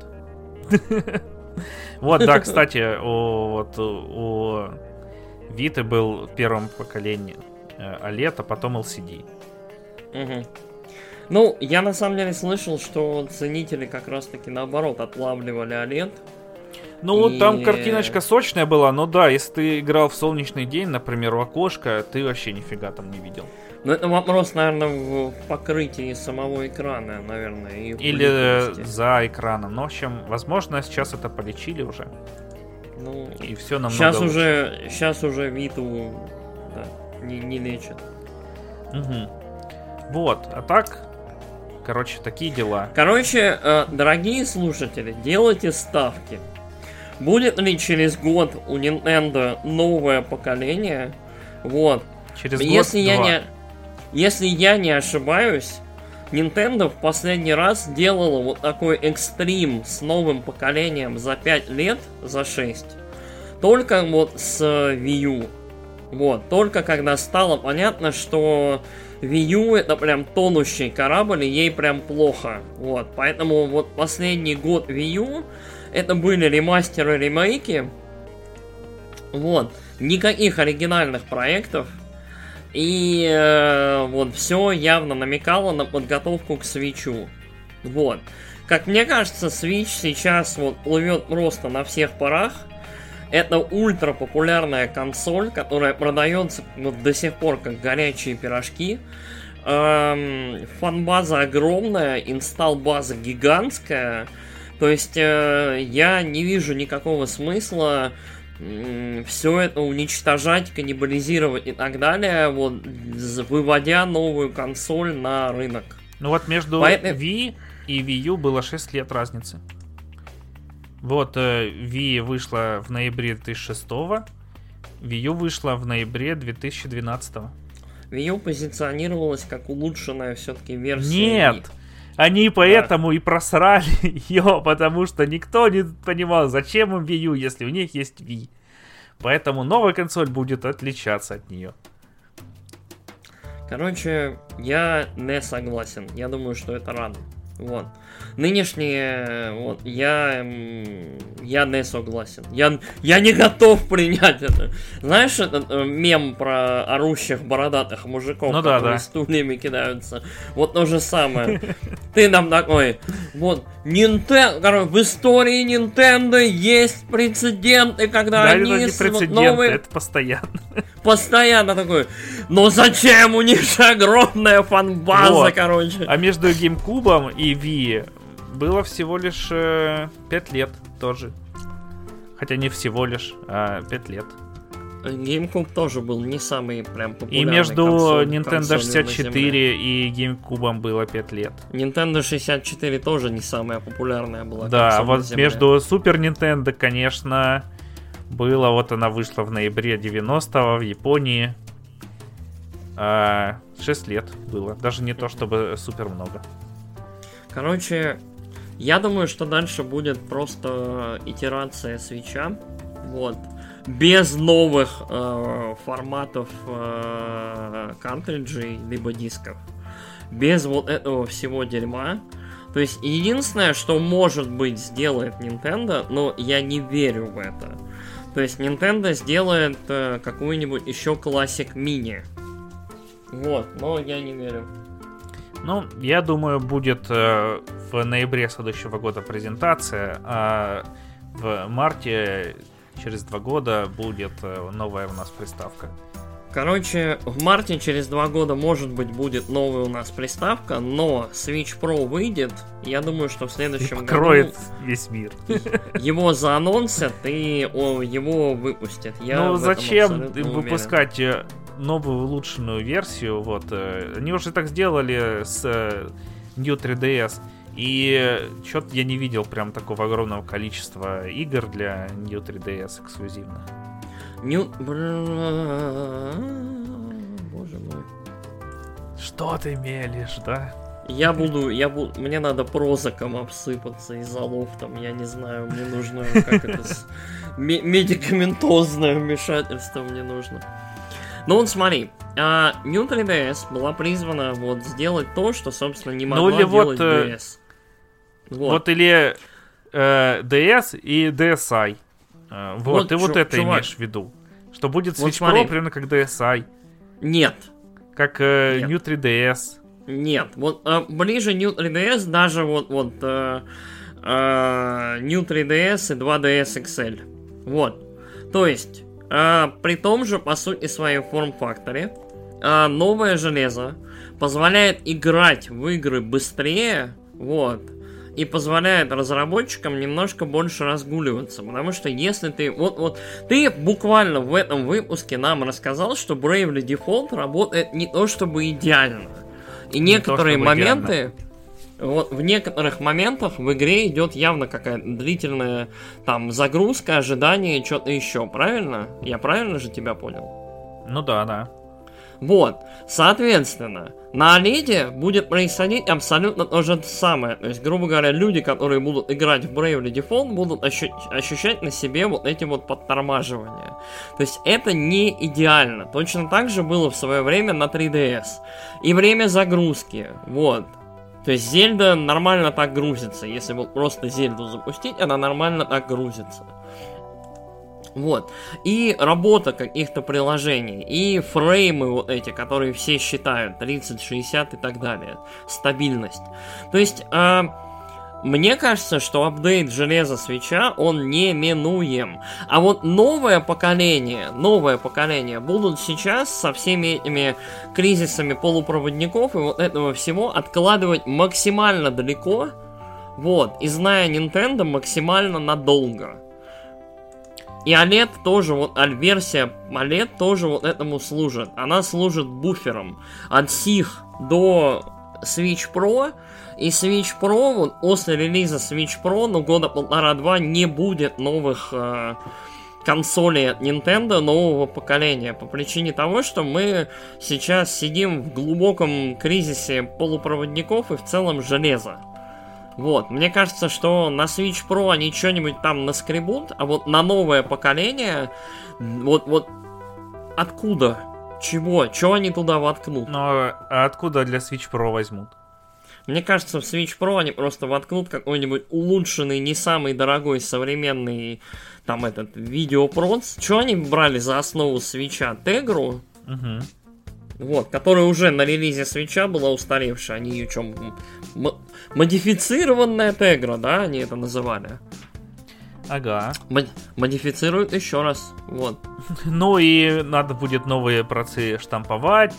Вот, да, кстати, у Vita был в первом поколении OLED, а потом LCD. Угу. Ну, я на самом деле слышал, что ценители как раз-таки наоборот отлавливали OLED. Ну, там картиночка сочная была, но да, если ты играл в солнечный день, например, в окошко, ты вообще нифига там не видел. Ну, это вопрос, наверное, в покрытии самого экрана, наверное. И или за экраном. Но, в общем, возможно, сейчас это полечили уже. Ну, и все намного лучше. Сейчас уже Виту не лечат. Угу. Вот, а так, короче, такие дела. Короче, дорогие слушатели, делайте ставки. Будет ли через год у Nintendo новое поколение? Вот. Через год-два. Если я не ошибаюсь, Nintendo в последний раз делала вот такой экстрим с новым поколением за 5 лет, за 6. Только вот с Wii U. Вот, только когда стало понятно, что Wii U это прям тонущий корабль, и ей прям плохо. Вот, поэтому вот последний год Wii U это были ремастеры, ремейки. Вот, никаких оригинальных проектов. И вот все явно намекало на подготовку к Switch'у. Вот. Как мне кажется, Switch сейчас вот плывет просто на всех парах. Это ультра популярная консоль, которая продается вот до сих пор как горячие пирожки. Фан-база огромная, инсталл-база гигантская. То есть я не вижу никакого смысла все это уничтожать, каннибализировать и так далее, вот, выводя новую консоль на рынок. Ну вот между Wii и Wii U было 6 лет разницы. Вот Wii вышла в ноябре 2006, Wii U вышла в ноябре 2012. Wii U позиционировалась как улучшенная все-таки версия. Нет! Wii. Они поэтому и просрали ее, потому что никто не понимал, зачем им Wii U, если у них есть Wii. Поэтому новая консоль будет отличаться от нее. Короче, я не согласен. Я думаю, что это рано. Вот. Нынешние, вот, я не согласен. Я не готов принять это. Знаешь, этот мем про орущих бородатых мужиков, ну, которые стульями кидаются? Вот то же самое. Ты нам такой, вот, Nintendo, в истории Nintendo есть прецеденты, когда они... Да, это не прецеденты, это постоянно. Постоянно такой, но зачем у них же огромная фан-база, вот. Короче. А между GameCube и Wii было всего лишь 5 лет тоже. Хотя не всего лишь, а 5 лет. GameCube тоже был не самый прям популярный. И между Nintendo 64 и GameCube было 5 лет. Nintendo 64 тоже не самая популярная была. Да, вот между Super Nintendo, конечно, было, вот она вышла в ноябре 90-го в Японии. 6 лет было. Даже не то, чтобы супер много. Короче, я думаю, что дальше будет просто итерация Switch'а. Вот. Без новых форматов картриджей либо дисков. Без вот этого всего дерьма. То есть единственное, что может быть сделает Nintendo, но я не верю в это. То есть Nintendo сделает какую-нибудь еще Classic Mini. Вот, но я не верю. Ну, я думаю, будет в ноябре следующего года презентация, а в марте через 2 года будет новая у нас приставка. Короче, в марте через 2 года, может быть, будет новая у нас приставка, но Switch Pro выйдет. Я думаю, что в следующем году... Покроет весь мир. Его заанонсят и его выпустят. Ну, зачем выпускать новую улучшенную версию? Вот. Они уже так сделали с New 3DS. И что-то я не видел прям такого огромного количества игр для New 3DS эксклюзивно. Боже мой. Что ты мелешь, да? Мне надо прозаком обсыпаться изолофтом, я не знаю, мне нужно как это медикаментозное вмешательство мне нужно. Ну вот смотри, New 3DS была призвана вот сделать то, что, собственно, не могла делать вот, DS. Вот или DS и DSi. Вот, ты вот это чувак, имеешь в виду. Что будет Switch вот смотри. Pro примерно как DSi. Нет. Как New 3DS. Нет, вот ближе New 3DS даже вот New 3DS и 2DS XL. Вот. То есть, при том же, по сути, своей форм-факторе, новое железо позволяет играть в игры быстрее, вот, и позволяет разработчикам немножко больше разгуливаться. Потому что если ты... Вот ты буквально в этом выпуске нам рассказал, что Bravely Default работает не то чтобы идеально. И некоторые моменты... Вот в некоторых моментах в игре идет явно какая-то длительная там загрузка, ожидание, что-то еще. Правильно? Я правильно же тебя понял? Ну да. Вот, соответственно, на OLED будет происходить абсолютно то же самое. То есть, грубо говоря, люди, которые будут играть в Bravely Default, будут ощущать на себе вот эти вот подтормаживания. То есть, это не идеально. Точно так же было в свое время на 3DS. И время загрузки, вот. То есть, Зельда нормально так грузится. Если вот просто Зельду запустить, она нормально так грузится. Вот. И работа каких-то приложений, и фреймы вот эти, которые все считают, 30, 60 и так далее. Стабильность. То есть, мне кажется, что апдейт железа Switch'а, он неминуем. А вот новое поколение будут сейчас со всеми этими кризисами полупроводников и вот этого всего откладывать максимально далеко. Вот. И зная Nintendo, максимально надолго. И OLED тоже, версия OLED тоже вот этому служит. Она служит буфером от сих до Switch Pro. И Switch Pro, вот после релиза Switch Pro, года 1,5-2 не будет новых консолей от Nintendo нового поколения. По причине того, что мы сейчас сидим в глубоком кризисе полупроводников и в целом железа. Вот, мне кажется, что на Switch Pro они что-нибудь там наскребут, а вот на новое поколение, вот откуда? Чего? Чего они туда воткнут? Но откуда для Switch Pro возьмут? Мне кажется, в Switch Pro они просто воткнут какой-нибудь улучшенный, не самый дорогой, современный, там, этот, видеопроц. Что они брали за основу Switch'а? Тегру? Угу. Вот, которая уже на релизе Switch'а была устаревшая. Они ее чем... Модифицированная Тегра, да, они это называли. Ага. Модифицируют еще раз, вот. Ну и надо будет новые процы штамповать,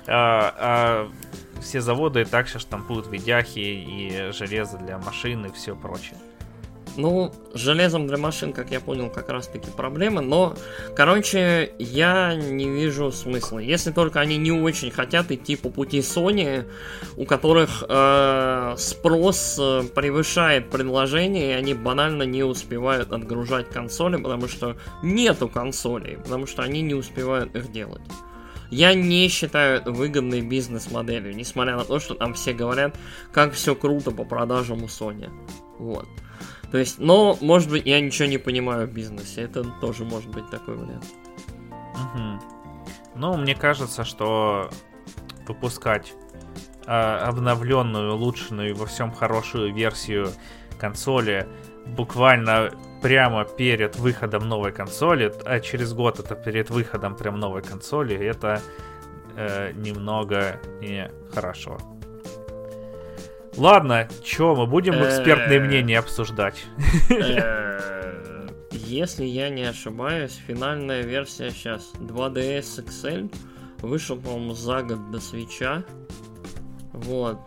все заводы также штампуют видяхи и железо для машин и все прочее. Ну, с железом для машин, как я понял, как раз таки проблема, но, короче, я не вижу смысла. Если только они не очень хотят идти по пути Sony, у которых спрос превышает предложение, и они банально не успевают отгружать консоли, потому что нету консолей, потому что они не успевают их делать. Я не считаю это выгодной бизнес-моделью, несмотря на то, что там все говорят, как все круто по продажам у Sony. Вот. То есть, но, может быть, я ничего не понимаю в бизнесе. Это тоже может быть такой вариант. Угу. Ну, мне кажется, что выпускать обновленную, улучшенную, во всем хорошую версию консоли буквально прямо перед выходом новой консоли, а через год это перед выходом прям новой консоли, это немного нехорошо. Ладно, чё, мы будем экспертные мнения обсуждать? Если я не ошибаюсь, финальная версия сейчас 2DS XL вышел, по-моему, за год до Switch'а. Вот.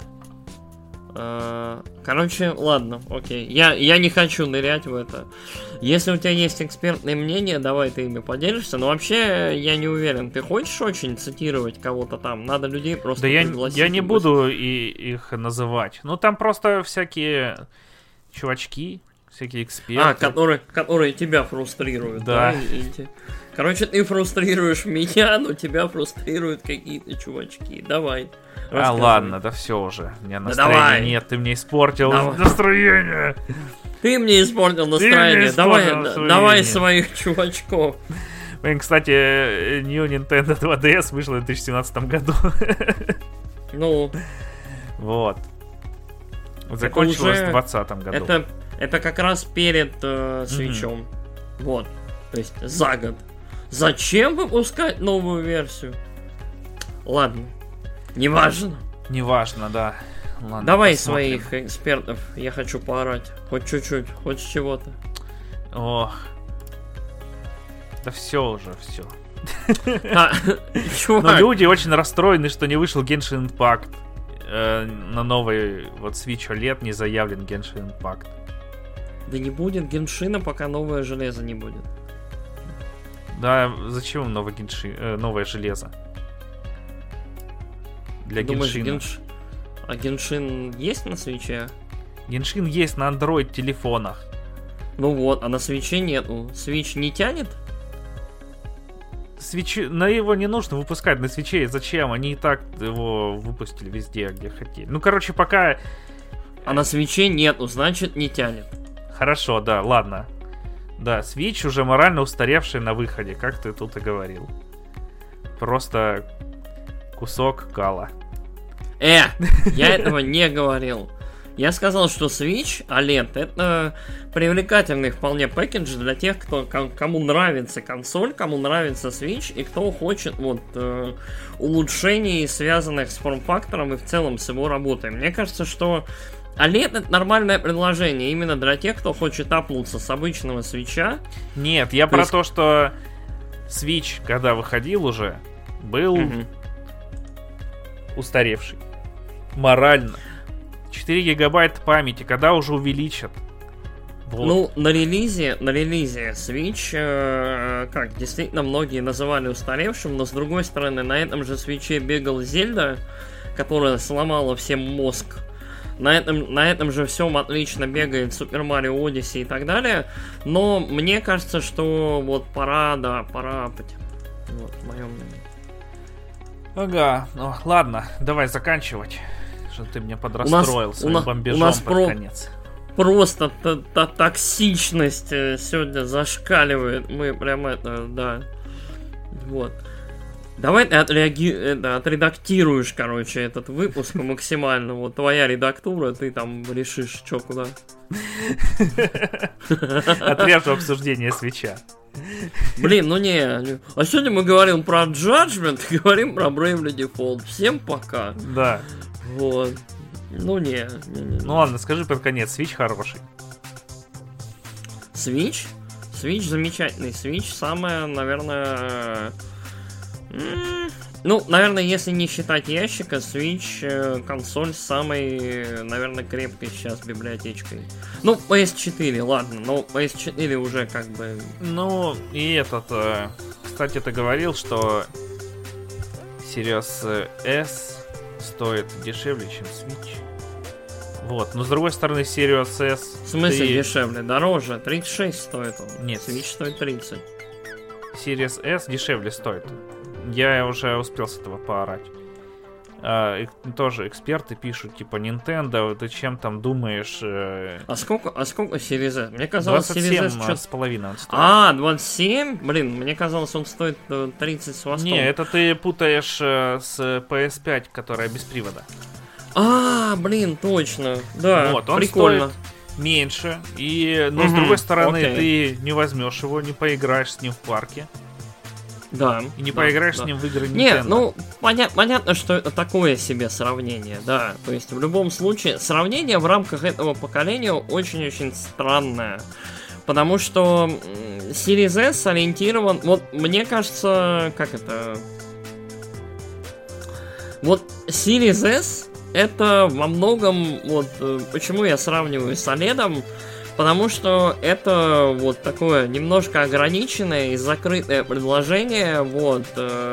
Короче, ладно, окей. Я не хочу нырять в это. Если у тебя есть экспертные мнения, давай ты ими поделишься. Но вообще, я не уверен. Ты хочешь очень цитировать кого-то там? Надо людей просто пригласить. Да я не буду их называть. Ну, там просто всякие чувачки, всякие эксперты. Которые тебя фрустрируют. Да. Короче, ты фрустрируешь меня, но тебя фрустрируют какие-то чувачки. Давай. Рассказывай. Ладно, да все уже. У меня настроения нет, ты мне испортил настроение. Ты мне испортил настроение. Давай своих чувачков. Блин, кстати, New Nintendo 2DS вышла в 2017 году. Ну. Вот. Закончилась в 2020 году. Это как раз перед Switch'ом. Вот. То есть за год. Зачем выпускать новую версию? Ладно. Неважно. Неважно, да. Ладно, давай посмотрим. Своих экспертов. Я хочу поорать. Хоть чуть-чуть, хоть с чего-то. Ох. Да все уже, все. Чувак. Но люди очень расстроены, что не вышел Genshin Impact. На новый вот Switch OLED не заявлен Genshin Impact. Да не будет Геншина, пока новое железо не будет. Да, зачем новое железо? Для Геншина. А Геншин есть на свече? Геншин есть на Android телефонах. Ну вот, а на свече нету. Switch не тянет? На его не нужно выпускать на свече. Зачем? Они и так его выпустили везде, где хотели. Ну, короче, пока... А на свече нету, значит не тянет. Хорошо, да, ладно. Да, Switch уже морально устаревший на выходе, как ты тут и говорил. Просто кусок кала. Я этого не говорил. Я сказал, что Switch OLED это привлекательный вполне пэкэдж для тех, кому нравится консоль, кому нравится Switch и кто хочет улучшений, связанных с форм-фактором и в целом с его работой. Мне кажется, что OLED это нормальное предложение именно для тех, кто хочет апнуться с обычного Switch'а. Нет, я про то, что Switch, когда выходил уже, был устаревший. Морально. 4 гигабайта памяти, когда уже увеличат? Вот. Ну, на релизе Switch, действительно многие называли устаревшим, но с другой стороны, на этом же Switch'е бегал Зельда, которая сломала всем мозг. На этом же всем отлично бегает Super Mario Odyssey и так далее. Но мне кажется, что вот пора. Вот, мое мнение. Ага, ну ладно, давай заканчивать. Что ты меня подрастроил своим бомбежом под конец. Просто токсичность сегодня зашкаливает. Мы прям да. Вот. Давай ты отредактируешь, короче, этот выпуск максимально. Вот твоя редактура, ты там решишь, что куда. Отрежу обсуждение свеча. Блин, ну не. А сегодня мы говорим про Judgment, говорим про Bravely Default. Всем пока. Да. Вот. Ну не. Ну ладно, скажи под конец, Switch хороший. Switch? Switch замечательный. Switch самое, наверное... Ну, наверное, если не считать ящика, Switch консоль с самой, наверное, крепкой сейчас библиотечкой. Ну, PS4, ладно, но PS4 уже как бы... Ну, и этот... Кстати, ты говорил, что Series S стоит дешевле, чем Switch. Вот, но с другой стороны, Series S... В смысле дешевле? Дороже. 36 стоит он. Нет. Switch стоит 30. Series S дешевле стоит. Я уже успел с этого поорать. Тоже эксперты пишут, типа, Nintendo, ты чем там думаешь? А сколько Series S? Мне казалось, Series S 27,5 он стоит. 27? Блин, мне казалось, он стоит 30 с хвостом. Не, это ты путаешь с PS5, которая без привода. Блин, точно. Да, вот, он прикольно. стоит меньше, но с другой стороны, ты не возьмешь его, не поиграешь с ним в парке. Да. И не поиграешь с ним в игры Nintendo. Не, ну, понятно, что это такое себе сравнение, да. То есть, в любом случае, сравнение в рамках этого поколения очень-очень странное. Потому что Series S ориентирован... Вот, мне кажется, как это... Вот, Series S это во многом... Вот, почему я сравниваю с OLED, потому что это вот такое немножко ограниченное и закрытое предложение вот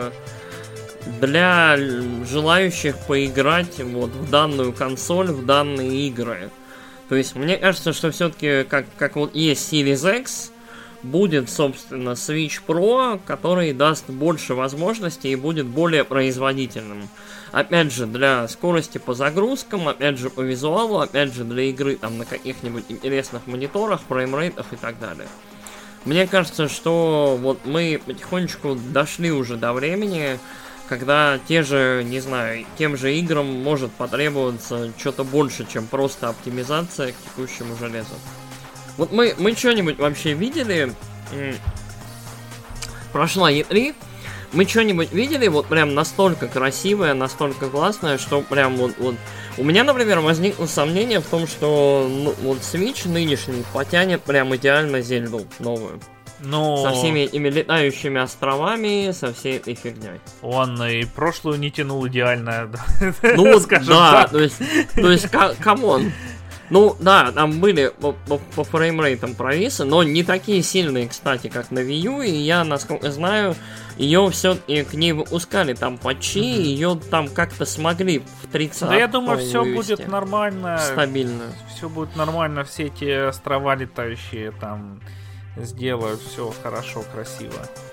для желающих поиграть вот в данную консоль, в данные игры. То есть мне кажется, что все-таки как вот есть Series X, будет, собственно, Switch Pro, который даст больше возможностей и будет более производительным. Опять же, для скорости по загрузкам, опять же, по визуалу, опять же, для игры там на каких-нибудь интересных мониторах, фреймрейтах и так далее. Мне кажется, что вот мы потихонечку дошли уже до времени, когда те же, не знаю, тем же играм может потребоваться что-то больше, чем просто оптимизация к текущему железу. Вот мы что-нибудь вообще видели? Прошла E3. Мы что-нибудь видели вот прям настолько красивое, настолько классное, что прям вот... У меня, например, возникло сомнение в том, что вот Switch нынешний потянет прям идеально Зельду новую. Но... Со всеми этими летающими островами, со всей этой фигней. Он и прошлую не тянул идеально. Ну вот, да, то есть, камон. Ну, да, там были по фреймрейтам провисы, но не такие сильные, кстати, как на Wii U, и я, насколько знаю, ее все-таки к ней выпускали там патчи, ее там как-то смогли в 30. Да, я думаю, все будет нормально. Стабильно. Все будет нормально, все эти острова летающие там сделают все хорошо, красиво.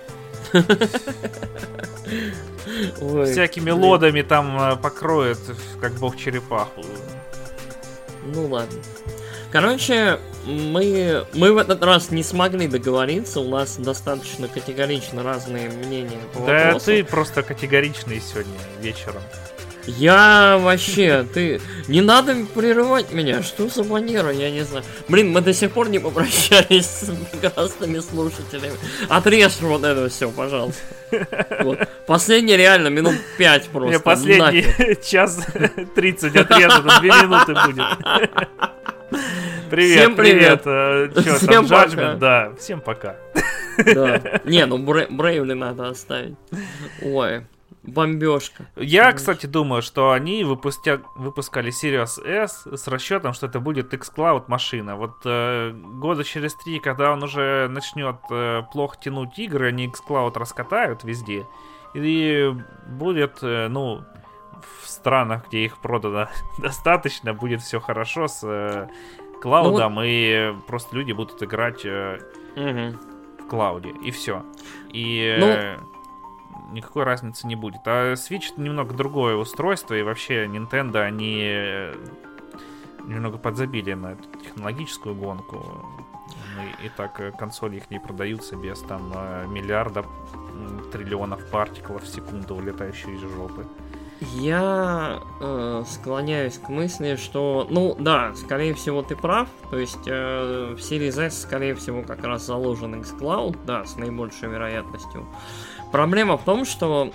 Всякими лодами там покроют, как бог черепаху. Ну ладно. Короче, мы в этот раз не смогли договориться, у нас достаточно категорично разные мнения по вопросу. Да ты просто категоричный сегодня вечером. Я вообще, ты... Не надо прерывать меня, что за манера, я не знаю. Блин, мы до сих пор не попрощались с прекрасными слушателями. Отрежь вот это все, пожалуйста. Вот. Последний реально минут 5 просто. Не, последний час 30 отрезано, 2 минуты будет. Привет, всем привет. Чё всем там, пока. Judgment? Да, всем пока. Да. Не, ну Bravely надо оставить. Ой. Бомбежка. Я, кстати, думаю, что они выпускали Series S с расчетом, что это будет xCloud машина. Вот года через 3, когда он уже начнет плохо тянуть игры, они xCloud раскатают везде. И будет, ну, в странах, где их продано достаточно, будет все хорошо с клаудом, ну, и просто люди будут играть в клауде, и все. И... никакой разницы не будет. А Switch это немного другое устройство, и вообще Nintendo, они немного подзабили на эту технологическую гонку. И так консоли их не продаются без там миллиарда триллионов партиклов в секунду, улетающих из жопы. Я склоняюсь к мысли, что, ну да, скорее всего ты прав, то есть в Series S скорее всего как раз заложен xCloud, да, с наибольшей вероятностью. Проблема в том, что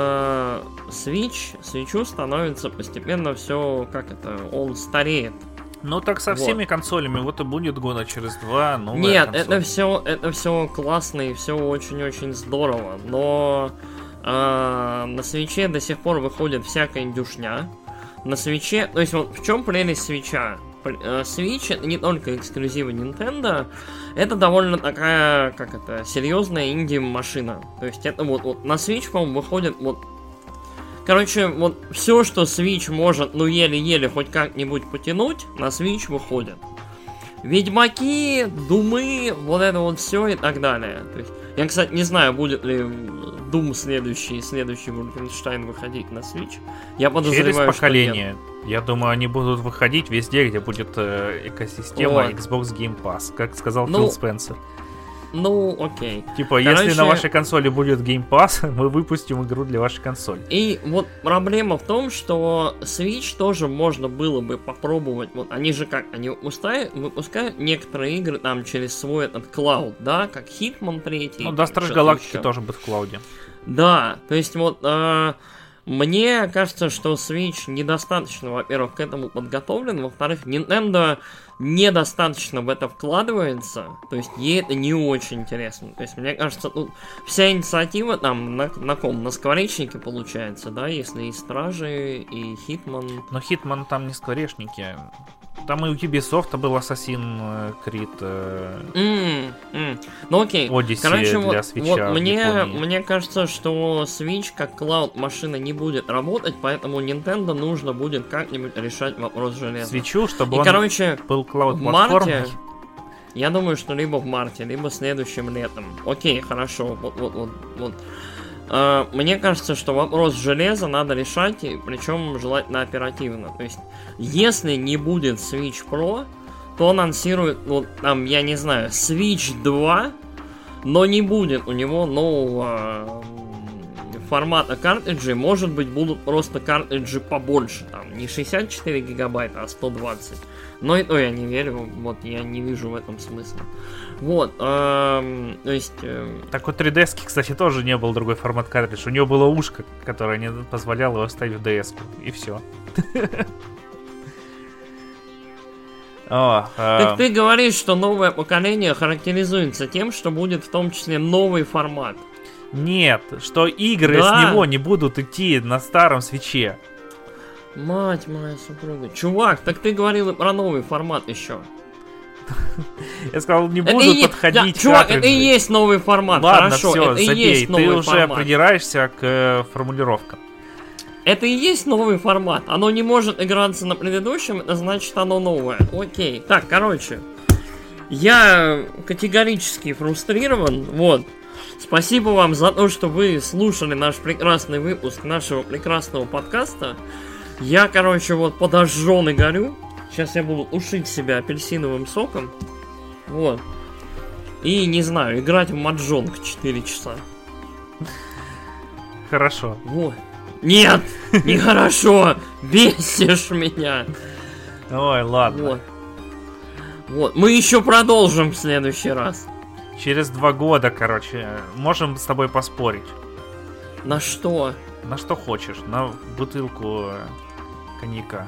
Switch'у становится постепенно все, он стареет. Ну так со всеми консолями, вот и будет года через 2 новая Нет, консоль. это все классно и все очень-очень здорово, но на Switch'е до сих пор выходит всякая индюшня. На Switch'е, то есть вот в чем прелесть Switch'а? Switch это не только эксклюзивы Nintendo, это довольно такая, серьезная инди-машина. То есть это вот на Switch, по-моему, выходит короче, вот все, что Switch может, ну еле-еле хоть как-нибудь потянуть, на Switch выходит. Ведьмаки, Думы, вот это вот все и так далее. То есть, я, кстати, не знаю, будет ли Doom следующий Wolfenstein выходить на Switch. Я подозреваю, через поколение. Что нет. Я думаю, они будут выходить везде, где будет экосистема Xbox Game Pass, как сказал Фил Спенсер. Ну, окей. Типа, если на вашей консоли будет Game Pass, мы выпустим игру для вашей консоли. И вот проблема в том, что Switch тоже можно было бы попробовать. Вот они же они выпускают некоторые игры там через свой этот клауд, да, как Hitman 3. Ну, да, Страж Галактики тоже будет в клауде. Да, то есть вот мне кажется, что Switch недостаточно, во-первых, к этому подготовлен, во-вторых, Nintendo недостаточно в это вкладывается, то есть ей это не очень интересно. То есть мне кажется, тут вся инициатива там на скворечнике получается, да, если и Стражи, и Hitman. Но Hitman там не скворечники. Там и у Ubisoft был Assassin's Creed. Ну окей. Odyssey короче, для Switch'а мне кажется, что Switch как клауд-машина не будет работать, поэтому Nintendo нужно будет как-нибудь решать вопрос железа. Switch'у, чтобы и, он короче, был клауд-платформой. В марте, я думаю, что либо в марте, либо следующим летом. Окей, хорошо. Вот. Мне кажется, что вопрос железа надо решать, причем желательно оперативно. То есть, если не будет Switch Pro, то анонсируют, я не знаю, Switch 2, но не будет у него нового формата картриджей. Может быть, будут просто картриджи побольше, там, не 64 гигабайта, а 120. Но и то я не верю, я не вижу в этом смысла. То есть... Так у 3DS, кстати, тоже не был другой формат картриджа. У него было ушко, которое не позволяло его вставить в DS-ку. И все. Так ты говоришь, что новое поколение характеризуется тем, что будет в том числе новый формат. Нет, что игры с него не будут идти на старом Switch'е. Мать моя супруга. Чувак, так ты говорил про новый формат еще. Я сказал, не будут подходить чувак, это и есть новый формат. Ладно, хорошо, все, это забей, и есть новый ты уже формат. придираешься к формулировкам. Это и есть новый формат. Оно не может играться на предыдущем, это значит оно новое. Окей. Так, короче. Я категорически фрустрирован. Вот. Спасибо вам за то, что вы слушали наш прекрасный выпуск нашего прекрасного подкаста. Я, подожжен и горю. Сейчас я буду ушить себя апельсиновым соком. Вот. И, не знаю, играть в маджонг 4 часа. Хорошо. Вот. Нет, нехорошо. Бесишь меня. Ой, ладно. Вот. Мы еще продолжим в следующий раз. Через 2 года, можем с тобой поспорить. На что? На что хочешь. На бутылку коньяка.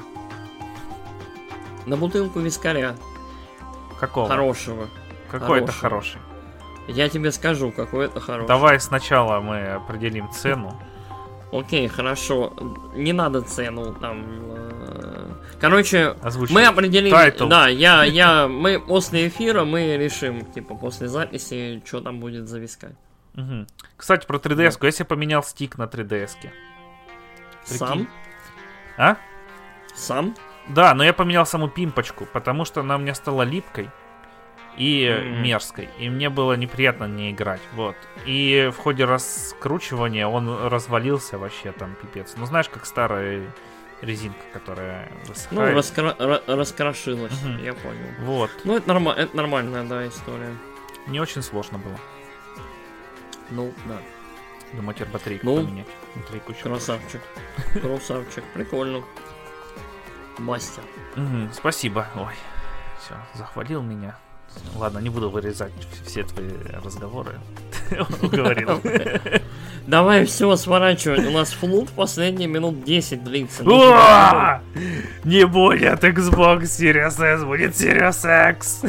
На бутылку вискаря. Какого? Хорошего. Какой это хороший? Я тебе скажу, какой это хороший. Давай сначала мы определим цену. Окей, хорошо. Не надо цену там. Озвучивай. Мы определили. Title. Да, мы после эфира мы решим, после записи, что там будет за вискарь. Угу. Кстати, про 3DS-ку. Я себе поменял стик на 3DS-ке. Сам? А? Сам? Да, но я поменял саму пимпочку, потому что она у меня стала липкой и мерзкой. И мне было неприятно на ней играть. Вот. И в ходе раскручивания он развалился вообще там пипец. Ну знаешь, как старая резинка, которая высыхает. Ну, раскрошилась, я понял. Вот. Ну, это нормальная, да, история. Не очень сложно было. Ну, да. Думаю, батарейку поменять. Батарейку еще красавчик. Красавчик, прикольно. Мастер. Спасибо. Ой, все, захвалил меня. Ладно, не буду вырезать все твои разговоры. Уговорил. Давай все сворачивать. У нас флут последние минут 10 длится. Не будет Xbox Series S, будет Series X.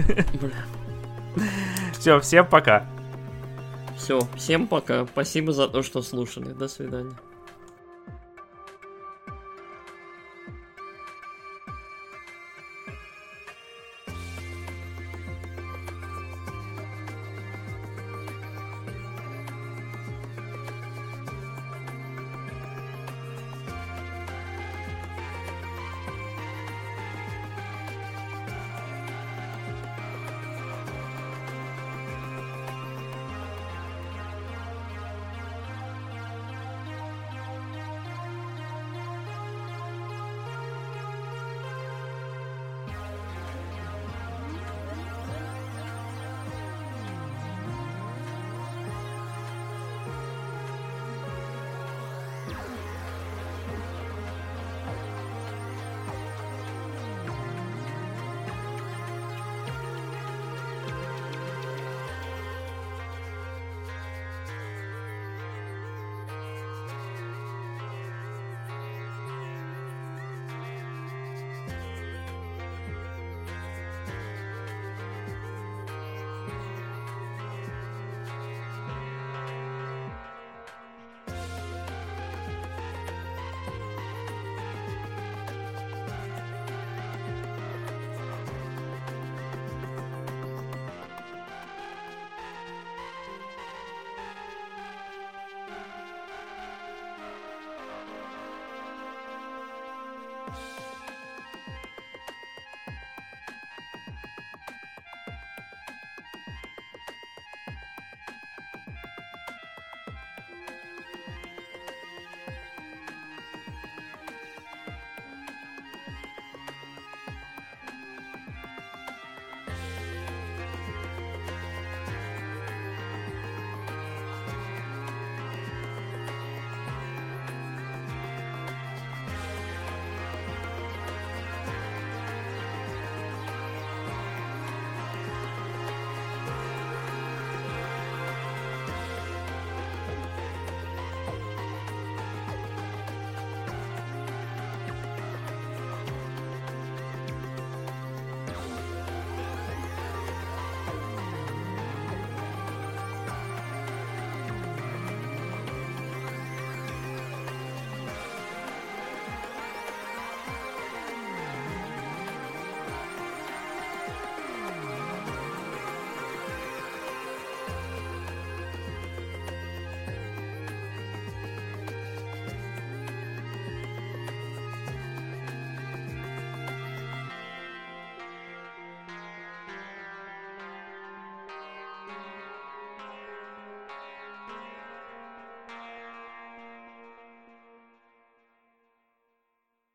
Все, всем пока. Все, всем пока. Спасибо за то, что слушали. До свидания.